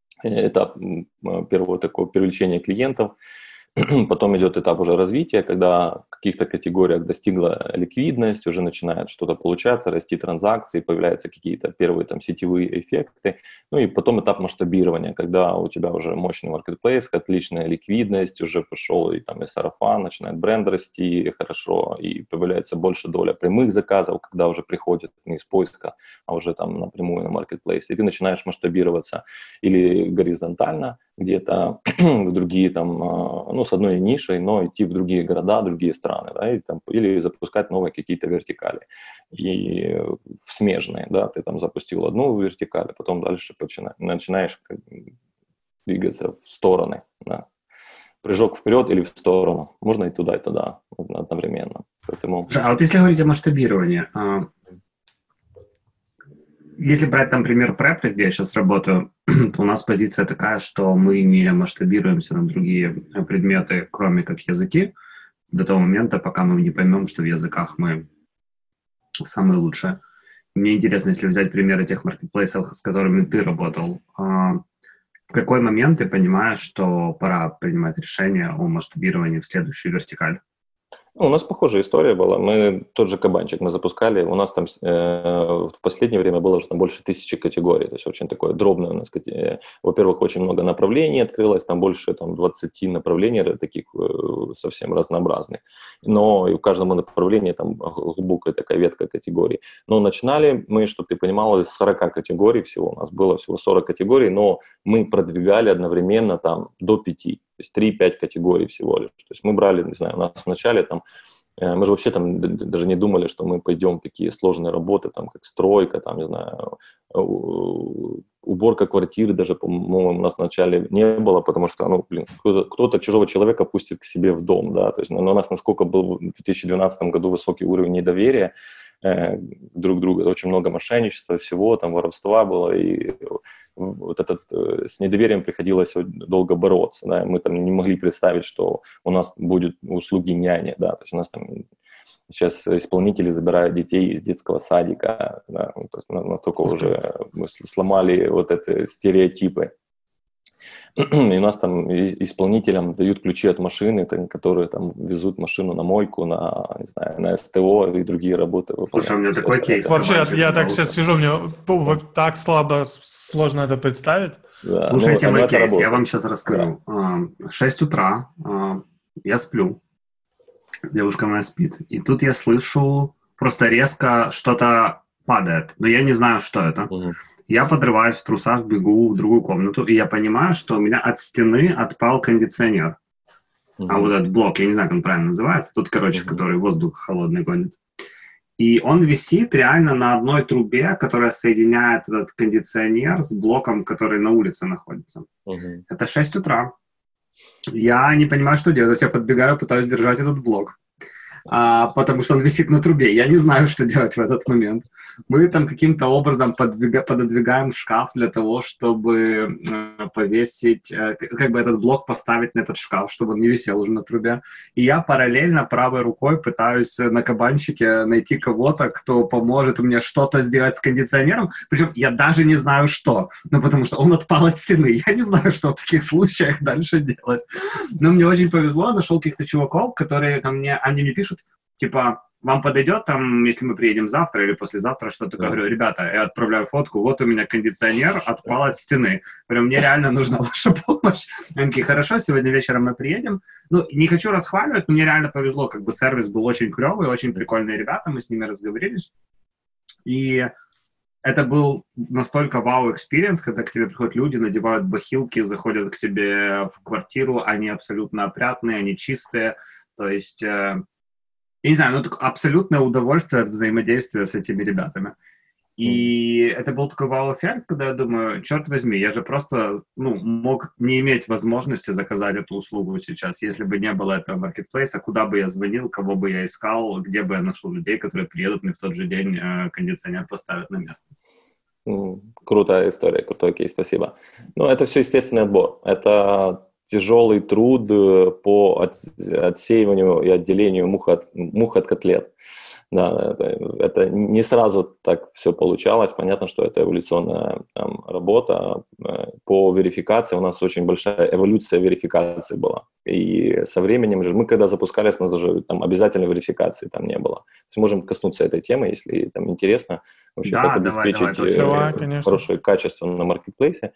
этап первого такого привлечения клиентов, потом идет этап уже развития, когда в каких-то категориях достигла ликвидность, уже начинает что-то получаться, расти транзакции, появляются какие-то первые там сетевые эффекты. Ну и потом этап масштабирования, когда у тебя уже мощный маркетплейс, отличная ликвидность, уже пошел и там и сарафан, начинает бренд расти хорошо, и появляется больше доля прямых заказов, когда уже приходят не из поиска, а уже там напрямую на маркетплейс. И ты начинаешь масштабироваться или горизонтально, где-то в другие там, ну, с одной нишей, но идти в другие города, другие страны, да, и, там, или запускать новые какие-то вертикали. И в смежные, да, ты там запустил одну вертикаль, потом дальше начинаешь двигаться в стороны, да. Прыжок вперед или в сторону. Можно и туда, и туда одновременно. Поэтому... А вот если говорить о масштабировании, если брать там пример Preply, где я сейчас работаю, то у нас позиция такая, что мы не масштабируемся на другие предметы, кроме как языки, до того момента, пока мы не поймем, что в языках мы самые лучшие. Мне интересно, если взять примеры тех маркетплейсов, с которыми ты работал, в какой момент ты понимаешь, что пора принимать решение о масштабировании в следующую вертикаль? Ну, у нас похожая история была. Мы тот же кабанчик мы запускали. У нас там э, в последнее время было уже там больше тысячи категорий. То есть очень такое дробное у нас. Э, во-первых, очень много направлений открылось. Там больше там, двадцать направлений таких э, совсем разнообразных. Но и в каждом направлении там глубокая такая ветка категорий. Но начинали мы, чтобы ты понимал, из сорока категорий всего. У нас было всего сорок категорий, но мы продвигали одновременно там до пяти. То есть три-пять категорий всего лишь. То есть мы брали, не знаю, у нас вначале там, мы же вообще там даже не думали, что мы пойдем в такие сложные работы, там, как стройка, там, не знаю, уборка квартиры даже, по-моему, у нас вначале не было, потому что, ну, блин, кто-то, кто-то чужого человека пустит к себе в дом, да, то есть ну, у нас насколько был в две тысячи двенадцатом году высокий уровень недоверия э, друг к другу, очень много мошенничества, всего, там, воровства было, и вот этот, с недоверием приходилось долго бороться, да, мы там не могли представить, что у нас будет услуги няни, да, то есть у нас там сейчас исполнители забирают детей из детского садика, да, то есть настолько уже мы сломали вот эти стереотипы. И у нас там исполнителям дают ключи от машины, которые там везут машину на мойку, на, не знаю, на СТО и другие работы выполняют. Слушай, у меня такой кейс. Вообще, я, я так сейчас сижу, мне вот так слабо, сложно это представить. Да, слушайте ну, мой кейс, я вам сейчас расскажу. Да. шесть утра, я сплю, девушка моя спит, и тут я слышу просто резко что-то падает, но я не знаю, что это. Угу. Я подрываюсь в трусах, бегу в другую комнату, и я понимаю, что у меня от стены отпал кондиционер. Uh-huh. А вот этот блок, я не знаю, как он правильно называется, тот, короче, uh-huh. который воздух холодный гонит. И он висит реально на одной трубе, которая соединяет этот кондиционер с блоком, который на улице находится. Uh-huh. Это шесть утра. Я не понимаю, что делать. Я подбегаю, пытаюсь держать этот блок. А, потому что он висит на трубе. Я не знаю, что делать в этот момент. Мы там каким-то образом подвига- пододвигаем шкаф для того, чтобы э, повесить, э, как бы этот блок поставить на этот шкаф, чтобы он не висел уже на трубе. И я параллельно правой рукой пытаюсь на кабанчике найти кого-то, кто поможет мне что-то сделать с кондиционером. Причем я даже не знаю, что. Ну, потому что он отпал от стены. Я не знаю, что в таких случаях дальше делать. Но мне очень повезло. Нашел каких-то чуваков, которые ко мне, они мне пишут, типа, вам подойдет, там, если мы приедем завтра или послезавтра, что-то, yeah. говорю, ребята, я отправляю фотку, вот у меня кондиционер отпал от стены, говорю, мне реально нужна ваша помощь. Они такие, хорошо, сегодня вечером мы приедем. Ну, не хочу расхваливать, но мне реально повезло, как бы сервис был очень клевый, очень прикольные ребята, мы с ними разговорились, и это был настолько вау-экспириенс, когда к тебе приходят люди, надевают бахилки, заходят к тебе в квартиру, они абсолютно опрятные, они чистые, то есть... Я не знаю, ну, абсолютное удовольствие от взаимодействия с этими ребятами. И mm. это был такой вау-эффект, когда я думаю, черт возьми, я же просто, ну, мог не иметь возможности заказать эту услугу сейчас, если бы не было этого маркетплейса, куда бы я звонил, кого бы я искал, где бы я нашел людей, которые приедут мне в тот же день э, кондиционер поставят на место. Mm, крутая история, крутой кейс, спасибо. Ну, это все естественный отбор. Это тяжелый труд по отсеиванию и отделению мух от, мух от котлет. Да, это, это не сразу так все получалось. Понятно, что это эволюционная там, работа. По верификации у нас очень большая эволюция верификации была. И со временем же, мы когда запускались, у нас даже там, обязательной верификации там не было. То есть можем коснуться этой темы, если там интересно, вообще, да, как давай, обеспечить давай, давай, хорошее качество на маркетплейсе.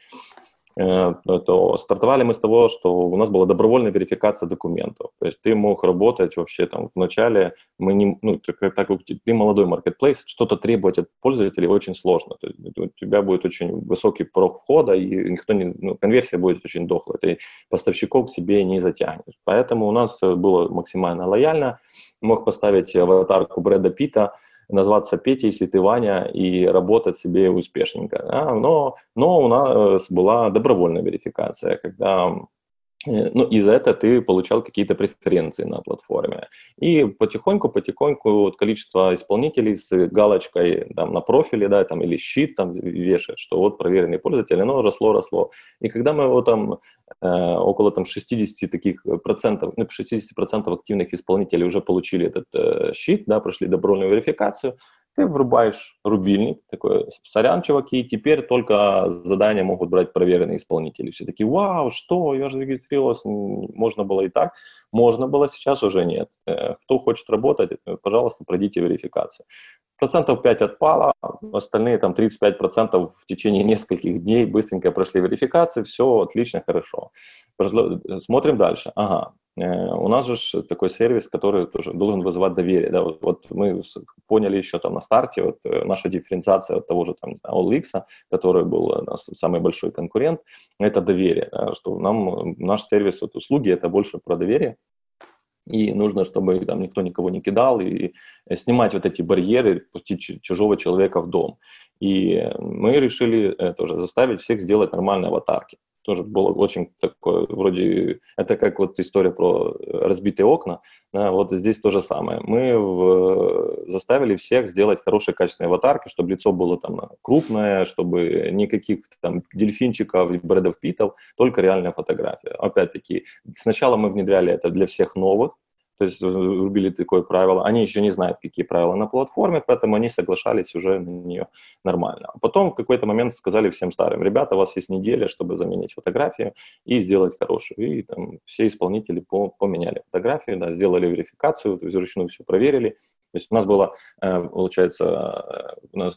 То стартовали мы с того, что у нас была добровольная верификация документов. То есть ты мог работать вообще там в начале, мы не, ну, так как ты молодой маркетплейс, что-то требовать от пользователей очень сложно. То есть у тебя будет очень высокий порог входа, и никто не, ну, конверсия будет очень дохлая, ты поставщиков к себе не затянешь. Поэтому у нас было максимально лояльно. Мог поставить аватарку Брэда Питта, назваться Петей, если ты Ваня, и работать себе успешненько. Да? Но, но у нас была добровольная верификация, когда ну, и за это ты получал какие-то преференции на платформе. И потихоньку-потихоньку вот, количество исполнителей с галочкой там, на профиле, да, там, или щит там вешает, что вот проверенный пользователь, оно росло-росло. И когда мы его там э, около там, шестьдесят таких процентов, ну, шестьдесят процентов активных исполнителей уже получили этот э, щит, да, прошли добровольную верификацию, ты врубаешь рубильник, такой, сорян, чуваки, теперь только задания могут брать проверенные исполнители. Все такие, вау, что, я же регистрировался, можно было и так. Можно было, сейчас уже нет. Кто хочет работать, пожалуйста, пройдите верификацию. Процентов пять отпало, остальные там тридцать пять процентов в течение нескольких дней быстренько прошли верификацию, все отлично, хорошо. Смотрим дальше. Ага, у нас же такой сервис, который тоже должен вызывать доверие. Да? Вот, вот мы поняли еще там на старте, вот наша дифференциация от того же там, не знаю, о эл икс, который был у нас самый большой конкурент, это доверие, да? Что нам наш сервис, вот, услуги, это больше про доверие. И нужно, чтобы там никто никого не кидал, и снимать вот эти барьеры, пустить чужого человека в дом. И мы решили тоже заставить всех сделать нормальные аватарки. Тоже было очень такое, вроде, это как вот история про разбитые окна, да, вот здесь то же самое. Мы в, заставили всех сделать хорошие качественные аватарки, чтобы лицо было там крупное, чтобы никаких там дельфинчиков, Брэдов Питтов, только реальная фотография. Опять-таки, сначала мы внедряли это для всех новых, то есть врубили такое правило. Они еще не знают, какие правила на платформе, поэтому они соглашались уже на нее нормально. А потом в какой-то момент сказали всем старым, ребята, у вас есть неделя, чтобы заменить фотографию и сделать хорошую. И там все исполнители по- поменяли фотографию, да, сделали верификацию, то есть вручную все проверили. То есть у нас было, получается, у нас...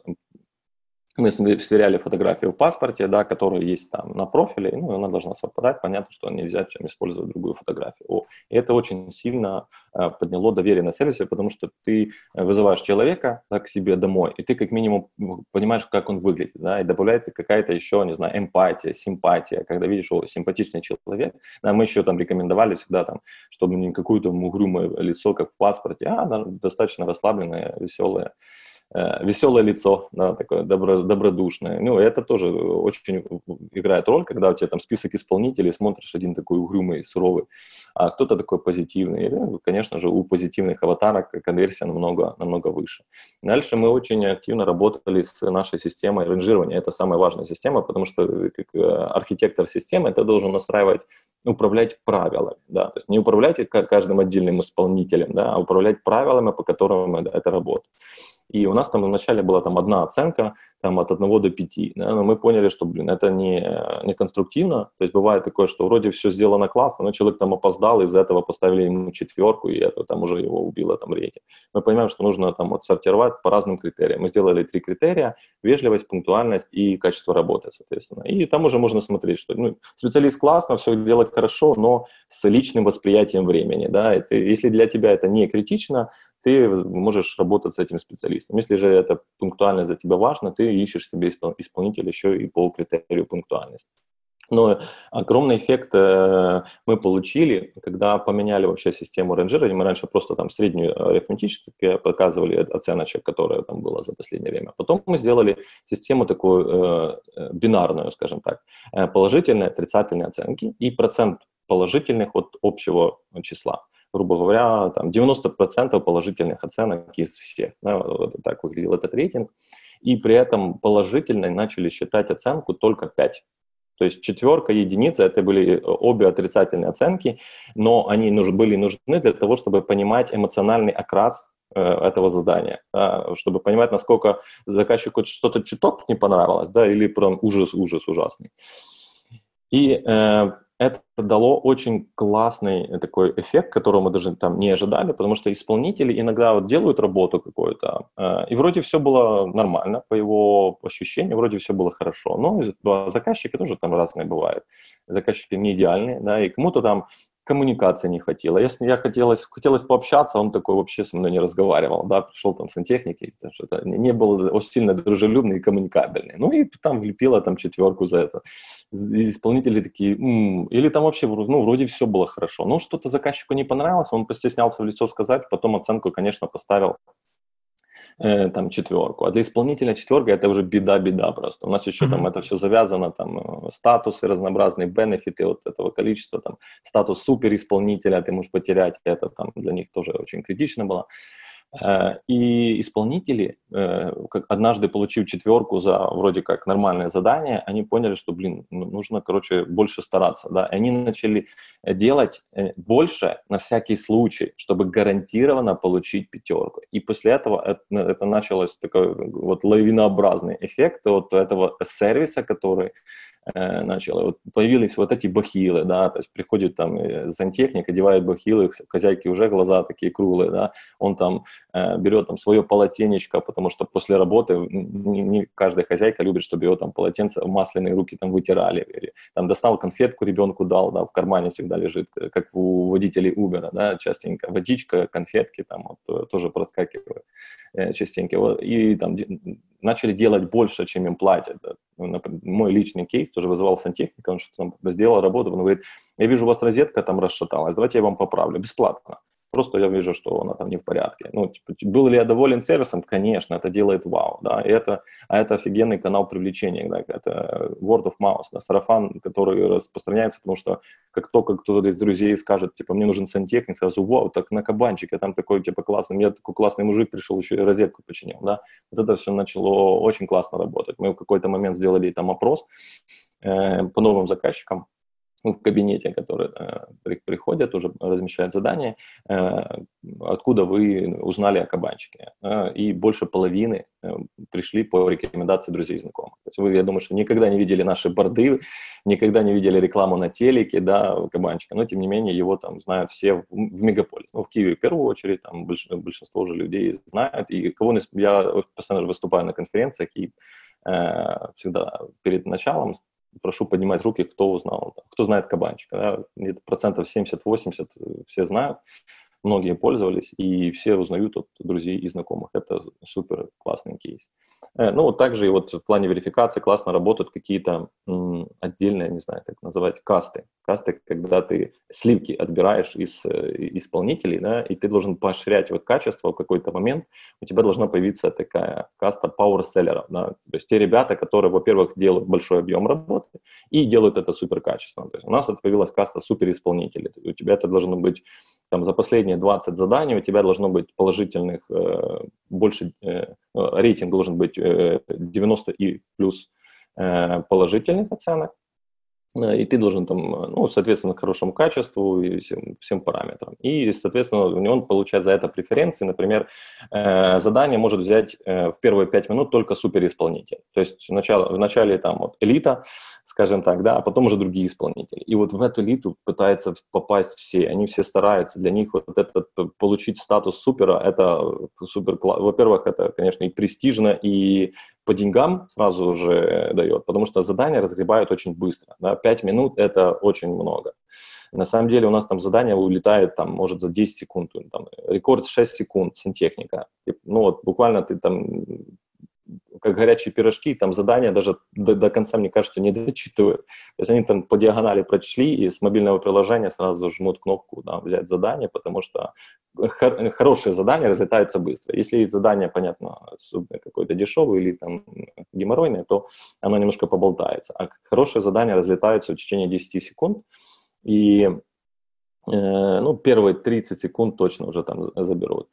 Мы сверяли фотографию в паспорте, да, которая есть там на профиле, ну, она должна совпадать, понятно, что нельзя чем использовать другую фотографию. О, и это очень сильно э, подняло доверие на сервисе, потому что ты вызываешь человека да, к себе домой, и ты как минимум понимаешь, как он выглядит, да, и добавляется какая-то еще, не знаю, эмпатия, симпатия, когда видишь, о, симпатичный человек. Да, мы еще там рекомендовали всегда, там, чтобы не какое-то угрюмое лицо, как в паспорте, а да, достаточно расслабленное, веселое. Веселое лицо, да, такое добро, добродушное. Ну, это тоже очень играет роль, когда у тебя там список исполнителей, смотришь один такой угрюмый, суровый, а кто-то такой позитивный. И, конечно же, у позитивных аватарок конверсия намного, намного выше. Дальше мы очень активно работали с нашей системой ранжирования. Это самая важная система, потому что как архитектор системы это должен настраивать, управлять правилами. Да? То есть не управлять каждым отдельным исполнителем, да, а управлять правилами, по которым это работает. И у нас там вначале была там одна оценка, там от одного до пяти, да, но мы поняли, что, блин, это не, не конструктивно, то есть бывает такое, что вроде все сделано классно, но человек там опоздал, из-за этого поставили ему четверку, и это там уже его убило там рейтинг. Мы понимаем, что нужно там вот сортировать по разным критериям. Мы сделали три критерия: вежливость, пунктуальность и качество работы, соответственно. И там уже можно смотреть, что ну, специалист классно, все делает хорошо, но с личным восприятием времени, да, это, если для тебя это не критично, ты можешь работать с этим специалистом. Если же это пунктуальность для тебя важно, ты ищешь себе исполнителя еще и по критерию пунктуальности. Но огромный эффект э, мы получили, когда поменяли вообще систему ранжирования. Мы раньше просто там среднюю арифметически показывали оценочек, которая там была за последнее время. Потом мы сделали систему такую э, бинарную, скажем так, положительные, отрицательные оценки и процент положительных от общего числа. Грубо говоря, там девяносто процентов положительных оценок из всех. Да, вот так выглядел этот рейтинг. И при этом положительной начали считать оценку только пять. То есть четверка, единица, это были обе отрицательные оценки, но они нуж, были нужны для того, чтобы понимать эмоциональный окрас э, этого задания, да, чтобы понимать, насколько заказчику что-то чуток не понравилось, да, или прям ужас-ужас ужасный. И э, это дало очень классный такой эффект, которого мы даже там не ожидали, потому что исполнители иногда вот делают работу какую-то, э, и вроде все было нормально, по его ощущению, вроде все было хорошо, но заказчики тоже там разные бывают, заказчики не идеальные, да, и кому-то там коммуникации не хватило. Если я хотелось, хотелось пообщаться, он такой вообще со мной не разговаривал, да, пришел там сантехник, что-то не был очень сильно дружелюбный и коммуникабельный. Ну и там влепила там четверку за это. Исполнители такие, м-м", или там вообще, ну, вроде все было хорошо. Ну, что-то заказчику не понравилось, он постеснялся в лицо сказать, потом оценку, конечно, поставил э, там четверку. А для исполнителя четверка это уже беда-беда просто. У нас еще mm-hmm. там это все завязано, там статусы, разнообразные бенефиты от этого количества, там статус суперисполнителя ты можешь потерять, это там для них тоже очень критично было. И исполнители, как однажды получив четверку за вроде как нормальное задание, они поняли, что, блин, нужно, короче, больше стараться, да, и они начали делать больше на всякий случай, чтобы гарантированно получить пятерку. И после этого это, это началось такой вот лавинообразный эффект вот этого сервиса, который начало. Вот появились вот эти бахилы, да, то есть приходит там сантехник, одевает бахилы, хозяйки уже глаза такие круглые, да, он там э, берет там свое полотенечко, потому что после работы не, не каждая хозяйка любит, чтобы его там полотенце в масляные руки там вытирали, или там достал конфетку, ребенку дал, да, в кармане всегда лежит, как у водителей Uber, да, частенько водичка, конфетки там вот, тоже проскакивают э, частенько, вот, и там начали делать больше, чем им платят. Да. Мой личный кейс тоже вызывал сантехника, он что-то там сделал работу, он говорит, я вижу, у вас розетка там расшаталась, давайте я вам поправлю, бесплатно. Просто я вижу, что она там не в порядке. Ну, типа, был ли я доволен сервисом? Конечно, это делает вау, да, и это, а это офигенный канал привлечения, да, это word of mouth, да, сарафан, который распространяется, потому что как только кто-то из друзей скажет, типа, мне нужен сантехник, сразу, вау, так на кабанчике, там такой, типа, классный, мне такой классный мужик пришел, еще и розетку починил, да, вот это все начало очень классно работать. Мы в какой-то момент сделали там опрос э, по новым заказчикам, в кабинете, которые э, приходят, уже размещают задания, э, откуда вы узнали о кабанчике. Э, и больше половины э, пришли по рекомендации друзей и знакомых. То есть вы, я думаю, что никогда не видели наши борды, никогда не видели рекламу на телеке, да, кабанчика, но тем не менее его там знают все в, в мегаполисе. Ну, в Киеве в первую очередь, там больш, большинство уже людей знают. И кого я постоянно выступаю на конференциях и э, всегда перед началом прошу поднимать руки, кто узнал, кто знает кабанчика. Да? Процентов семьдесят-восемьдесят все знают, многие пользовались, и все узнают от друзей и знакомых. Это супер классный кейс. Ну, вот также и вот в плане верификации классно работают какие-то м, отдельные, не знаю, как называть, касты. Касты, когда ты сливки отбираешь из э, исполнителей, да, и ты должен поощрять вот качество в какой-то момент, у тебя должна появиться такая каста power-селлеров. Да? То есть те ребята, которые, во-первых, делают большой объем работы и делают это супер качественно. То есть у нас это появилась каста суперисполнителей. У тебя это должно быть там, за последние двадцать заданий, у тебя должно быть положительных э, больше, э, рейтинг должен быть э, девяносто и плюс э, положительных оценок. И ты должен там, ну, соответственно, к хорошему качеству и всем, всем параметрам. И, соответственно, он получает за это преференции. Например, э, задание может взять э, в первые пять минут только суперисполнитель. То есть сначала, вначале там вот элита, скажем так, да, а потом уже другие исполнители. И вот в эту элиту пытаются попасть все. Они все стараются. Для них вот этот, получить статус супера, это супер класс. Во-первых, это, конечно, и престижно, и по деньгам сразу же дает, потому что задания разгребают очень быстро. Да? пять минут – это очень много. На самом деле у нас там задание улетает, там, может, за десять секунд. Там, рекорд шесть секунд сантехника. И, ну вот буквально ты там, как горячие пирожки, там задания даже до, до конца, мне кажется, не дочитывают. То есть они там по диагонали прочли и с мобильного приложения сразу жмут кнопку, да, взять задание, потому что хор- хорошие задания разлетаются быстро. Если задание, понятно, какое-то дешевое или там геморройное, то оно немножко поболтается. А хорошие задания разлетаются в течение десять секунд. И э, ну, первые тридцать секунд точно уже там заберут.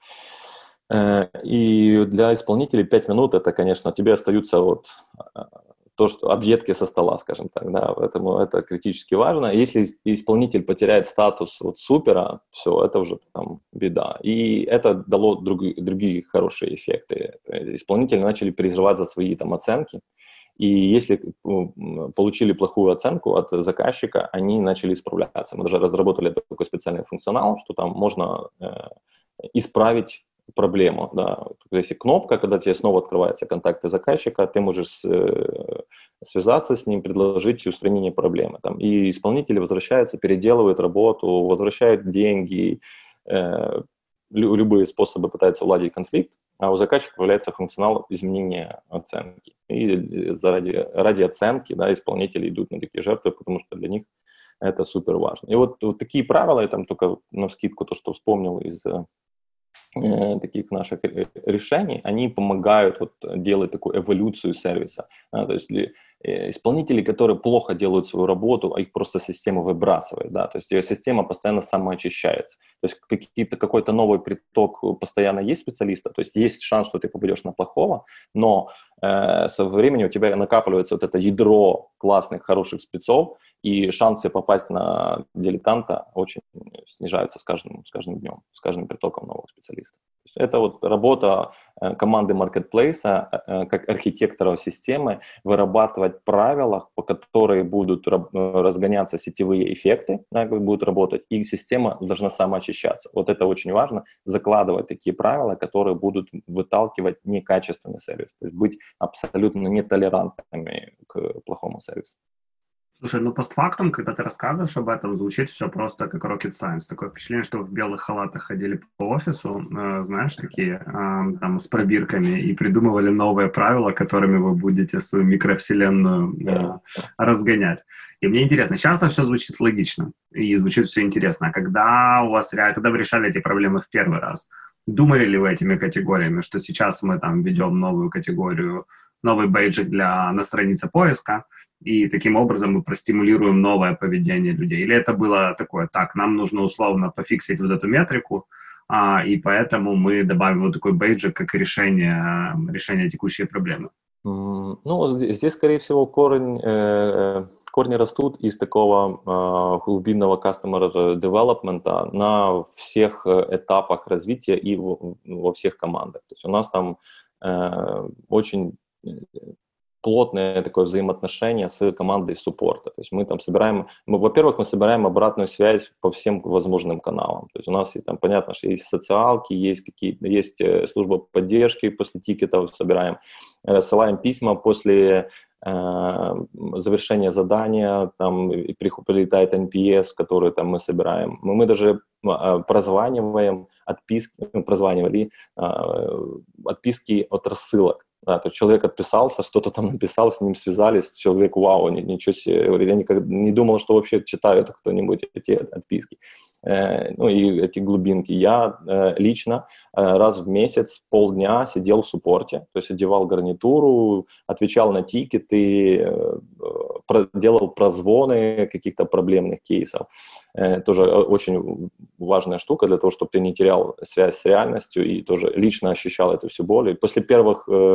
И для исполнителей пять минут это, конечно, тебе остаются вот то, что объедки со стола, скажем так, да, поэтому это критически важно. Если исполнитель потеряет статус вот супера, все, это уже там беда. И это дало другие, другие хорошие эффекты. Исполнители начали переживать за свои там оценки, и если получили плохую оценку от заказчика, они начали исправляться. Мы даже разработали такой специальный функционал, что там можно э, исправить проблему, да. Если кнопка, когда тебе снова открываются контакты заказчика, ты можешь э, связаться с ним, предложить устранение проблемы. Там. И исполнители возвращаются, переделывают работу, возвращают деньги, э, лю- любые способы пытаются уладить конфликт, а у заказчика появляется функционал изменения оценки. И заради, ради оценки, да, исполнители идут на такие жертвы, потому что для них это супер важно. И вот, вот такие правила, я там только навскидку то, что вспомнил из таких наших решений, они помогают вот делать такую эволюцию сервиса. Да, то есть исполнители, которые плохо делают свою работу, а их просто система выбрасывает, да, то есть ее система постоянно самоочищается. То есть какие-то, какой-то новый приток постоянно есть специалиста, то есть есть шанс, что ты попадешь на плохого, но э, со временем у тебя накапливается вот это ядро классных, хороших спецов, и шансы попасть на дилетанта очень снижаются с каждым, с каждым днем, с каждым притоком новых специалистов. То есть это вот работа э, команды маркетплейса, э, как архитекторов системы, вырабатывать правила, по которым будут разгоняться сетевые эффекты, да, как будут работать, и система должна самоочищаться. Вот это очень важно, закладывать такие правила, которые будут выталкивать некачественный сервис, то есть быть абсолютно нетолерантными к плохому сервису. Слушай, ну постфактум, когда ты рассказываешь об этом, звучит все просто как rocket science. Такое впечатление, что в белых халатах ходили по офису, э, знаешь, такие, э, там, с пробирками, и придумывали новые правила, которыми вы будете свою микровселенную э, разгонять. И мне интересно, часто все звучит логично, и звучит все интересно. А когда у вас реально, когда вы решали эти проблемы в первый раз, думали ли вы этими категориями, что сейчас мы там ведем новую категорию, новый бейджик для, на странице поиска, и таким образом мы простимулируем новое поведение людей? Или это было такое, так, нам нужно условно пофиксить вот эту метрику, а, и поэтому мы добавим вот такой бейджик как решение, решение текущей проблемы? Mm, ну, здесь, скорее всего, корень, э, корни растут из такого э, глубинного customer development на всех этапах развития и в, во всех командах. То есть у нас там э, очень плотное такое взаимоотношение с командой суппорта. То есть мы там собираем, мы, во-первых, мы собираем обратную связь по всем возможным каналам. То есть у нас там понятно, что есть социалки, есть какие-то, есть служба поддержки, после тикетов собираем, рассылаем письма после э, завершения задания, там прилетает эн пи эс, который там мы собираем. Мы, мы даже э, прозваниваем отписки, ну, прозванивали э, отписки от рассылок. Да, то человек отписался, что-то там написал, с ним связались, человек, вау, ничего себе, говорит, я никогда не думал, что вообще читает кто-нибудь эти отписки, э, ну и эти глубинки. Я э, лично э, раз в месяц, полдня сидел в суппорте, то есть одевал гарнитуру, отвечал на тикеты, э, про, делал прозвоны каких-то проблемных кейсов. Э, тоже очень важная штука для того, чтобы ты не терял связь с реальностью и тоже лично ощущал эту всю боль. И после первых э,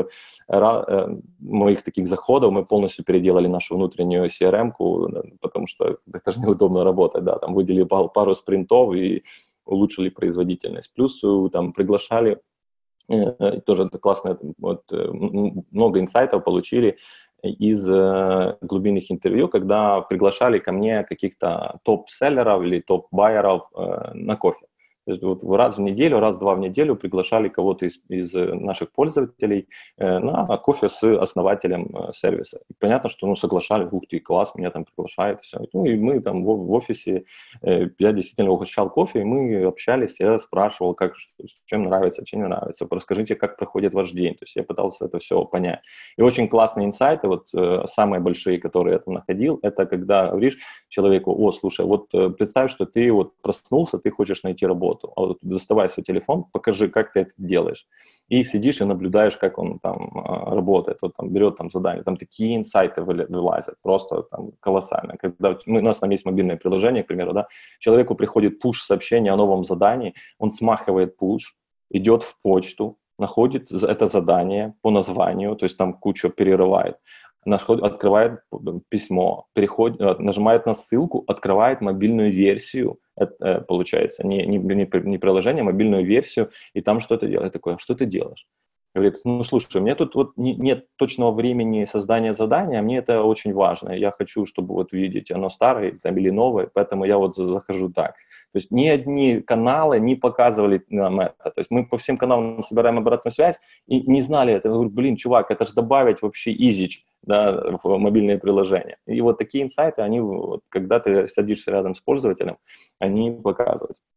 моих таких заходов мы полностью переделали нашу внутреннюю си эр эм-ку, потому что это же неудобно работать, да, там выделили пару спринтов и улучшили производительность. Плюс там приглашали, тоже классно, вот, много инсайтов получили из глубинных интервью, когда приглашали ко мне каких-то топ-селлеров или топ-байеров на кофе. То есть вот раз в неделю, раз-два в неделю приглашали кого-то из, из наших пользователей э, на кофе с основателем э, сервиса. И понятно, что ну, соглашали, ух ты, класс, меня там приглашают. Все. Ну и мы там в, в офисе, э, я действительно угощал кофе, и мы общались, я спрашивал, как, чем нравится, чем не нравится. Расскажите, как проходит ваш день. То есть я пытался это все понять. И очень классные инсайты, вот э, самые большие, которые я там находил, это когда говоришь человеку, о, слушай, вот э, представь, что ты вот проснулся, ты хочешь найти работу. А вот доставай свой телефон, покажи, как ты это делаешь. И сидишь и наблюдаешь, как он там работает. Вот там берет там задание. Там такие инсайты вылазят, просто там колоссально. Когда мы, у нас там есть мобильное приложение, к примеру, да, человеку приходит пуш-сообщение о новом задании, он смахивает пуш, идет в почту, находит это задание по названию, то есть там кучу перерывает, открывает письмо, переходит, нажимает на ссылку, открывает мобильную версию, это, получается, не, не, не приложение, а мобильную версию, и там что-то делает. Я такой, а что ты делаешь? Говорит, ну, слушай, у меня тут вот не, нет точного времени создания задания, мне это очень важно. Я хочу, чтобы вот видеть, оно старое там, или новое, поэтому я вот захожу так. То есть ни одни каналы не показывали нам это. То есть мы по всем каналам собираем обратную связь и не знали это. Я говорю, блин, чувак, это же добавить вообще изич, да, в мобильное приложение. И вот такие инсайты, они, вот, когда ты садишься рядом с пользователем, они показывают.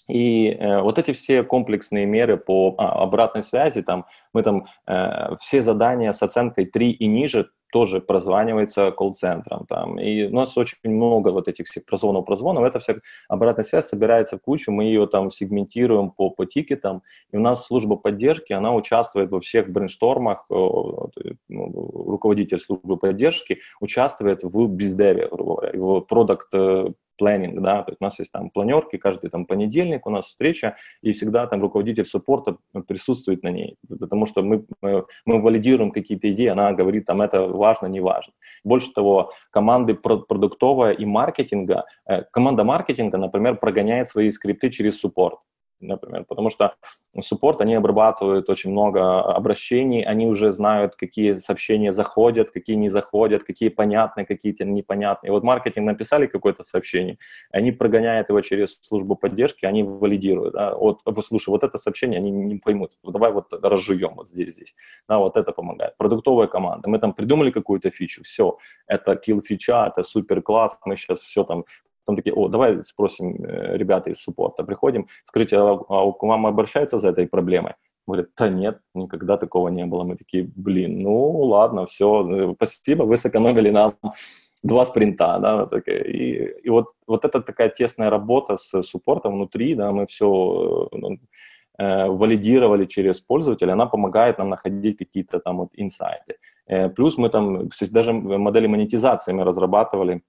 И э, вот эти все комплексные меры по а, обратной связи, там, мы там э, все задания с оценкой три и ниже тоже прозванивается колл-центром. Там. И у нас очень много вот этих всех прозвонов, прозвонов. Эта вся обратная связь собирается в кучу, мы ее там сегментируем по, по тикетам. И у нас служба поддержки, она участвует во всех брейнштормах. Руководитель службы поддержки участвует в бездеве, грубо говоря, в продакт планинг, да, то есть у нас есть там планерки, каждый там понедельник у нас встреча, и всегда там руководитель суппорта присутствует на ней, потому что мы, мы, мы валидируем какие-то идеи, она говорит, там, это важно, не важно. Больше того, команды продуктовая и маркетинга, э, команда маркетинга, например, прогоняет свои скрипты через суппорт, например, потому что суппорт, они обрабатывают очень много обращений, они уже знают, какие сообщения заходят, какие не заходят, какие понятные, какие-то непонятные. Вот маркетинг написали какое-то сообщение, они прогоняют его через службу поддержки, они валидируют. Да? Вот, слушай, вот это сообщение они не поймут, давай вот разжуем вот здесь, здесь. Да, вот это помогает. Продуктовая команда, мы там придумали какую-то фичу, все, это kill фича, это супер класс, мы сейчас все там. Потом такие, о, давай спросим э, ребята из суппорта, приходим, скажите, а, а к вам обращаются за этой проблемой? Говорят, да нет, никогда такого не было. Мы такие, блин, ну ладно, все, спасибо, вы сэкономили нам два спринта, да, и, и вот, вот это такая тесная работа с суппортом внутри, да, мы все э, валидировали через пользователя, она помогает нам находить какие-то там вот инсайты. Э, плюс мы там, даже модели монетизации мы разрабатывали,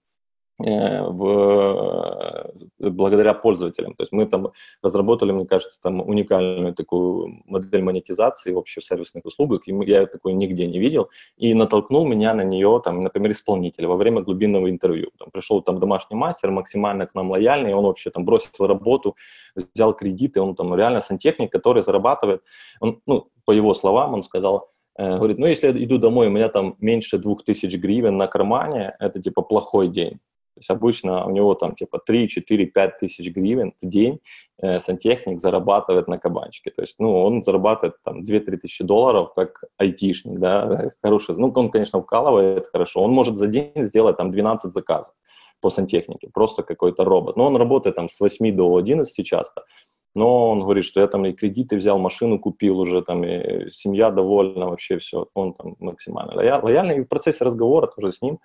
В, благодаря пользователям. То есть мы там разработали, мне кажется, там уникальную такую модель монетизации общих сервисных услуг, и я такой нигде не видел, и натолкнул меня на нее, там, например, исполнитель во время глубинного интервью. Там пришел там домашний мастер, максимально к нам лояльный, он вообще там бросил работу, взял кредиты, он там реально сантехник, который зарабатывает, он, ну, по его словам, он сказал, говорит, ну, если я иду домой, у меня там меньше двух тысяч гривен на кармане, это типа плохой день. То есть обычно у него там типа три, четыре, пять тысяч гривен в день э, сантехник зарабатывает на кабанчике. То есть, ну, он зарабатывает там две-три тысячи долларов как айтишник, да, хороший. Ну, он, конечно, вкалывает хорошо. Он может за день сделать там двенадцать заказов по сантехнике, просто какой-то робот. Но он работает там с восьми до одиннадцати часто. Но он говорит, что я там и кредиты взял, машину купил уже, там, и семья довольна, вообще все. Он там максимально лояльный. И в процессе разговора тоже с ним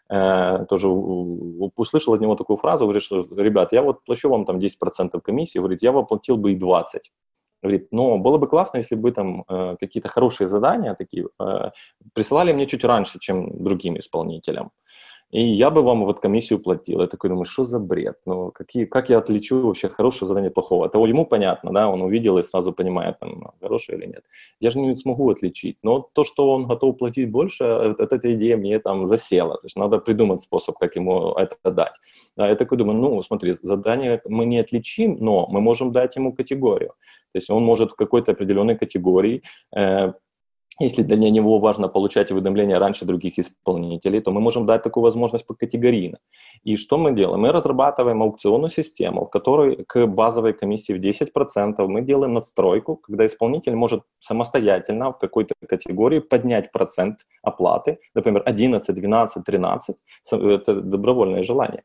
Э, тоже услышал от него такую фразу, говорит, что, ребят, я вот плачу вам там десять процентов комиссии, говорит, я бы платил бы и двадцать. Говорит, но было бы классно, если бы там э, какие-то хорошие задания такие э, присылали мне чуть раньше, чем другим исполнителям. И я бы вам вот комиссию платил. Я такой думаю, что за бред? Ну, какие, как я отличу вообще хорошее задание от плохого? Это ему понятно, да, он увидел и сразу понимает, там, хорошее или нет. Я же не смогу отличить. Но то, что он готов платить больше, от этой идеи мне там засела. То есть надо придумать способ, как ему это дать. Да, я такой думаю, ну, смотри, задание мы не отличим, но мы можем дать ему категорию. То есть он может в какой-то определенной категории э, если для него важно получать уведомления раньше других исполнителей, то мы можем дать такую возможность покатегорийно. И что мы делаем? Мы разрабатываем аукционную систему, в которой к базовой комиссии в десять процентов мы делаем надстройку, когда исполнитель может самостоятельно в какой-то категории поднять процент оплаты, например, одиннадцать, двенадцать, тринадцать, это добровольное желание,